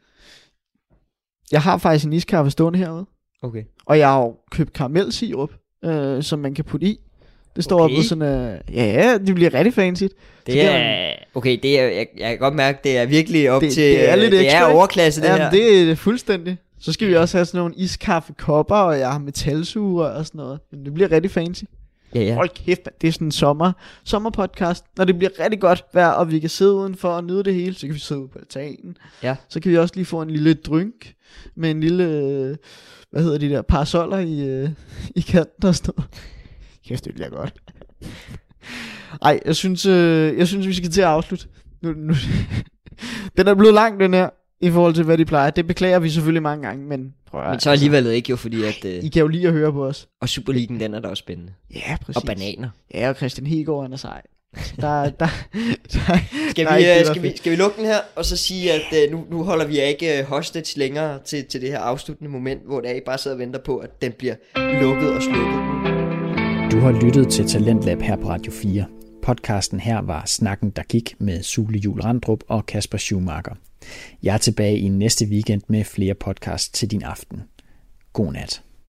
Jeg har faktisk en iskaffe stående herude. Okay. Og jeg har jo købt karamelsirup, øh, som man kan putte i. Det står Okay. okay. på sådan uh, ja, det bliver rigtig fancy. Det det er- er, okay, det er, jeg, jeg kan godt mærke, det er virkelig op Det- til, det er lidt det ekstra, er ikke? overklasse det Ja, her. det er fuldstændig. Så skal vi også have sådan nogle iskaffekopper, og jeg har metalsuger og sådan noget. Men det bliver rigtig fancy. Ja, Ja. ja. Hold kæft, man. Det er sådan en sommer, sommerpodcast. Når det bliver rigtig godt vejr, og vi kan sidde udenfor og nyde det hele, så kan vi sidde ude på altanen. Ja. Så kan vi også lige få en lille drink med en lille, øh, hvad hedder de der, parasoller i, øh, i kanten og sådan noget. Kæft, det bliver godt. Ej, jeg synes, øh, jeg synes, vi skal til at afslutte. Nu, nu. Den er blevet lang, den her, i forhold til, hvad de plejer. Det beklager vi selvfølgelig mange gange, men prøv at, Men så alligevel ikke jo, fordi at... I Øh, kan jo lige at høre på os. og Superligaen, den er da også spændende. Ja, præcis. Og bananer. Ja, og Christian Hegård, han er sej. Der, der, der, skal, der vi, det, skal, vi, skal vi lukke den her, og så sige, at uh, nu, nu holder vi ikke hostage længere til, til det her afsluttende moment, hvor det er, I bare sidder og venter på, at den bliver lukket og slukket. Du har lyttet til Talentlab her på Radio fire. Podcasten her var Snakken, der gik med Sule Juhl Randrup og Kasper Schumacher. Jeg er tilbage i næste weekend med flere podcasts til din aften. God nat.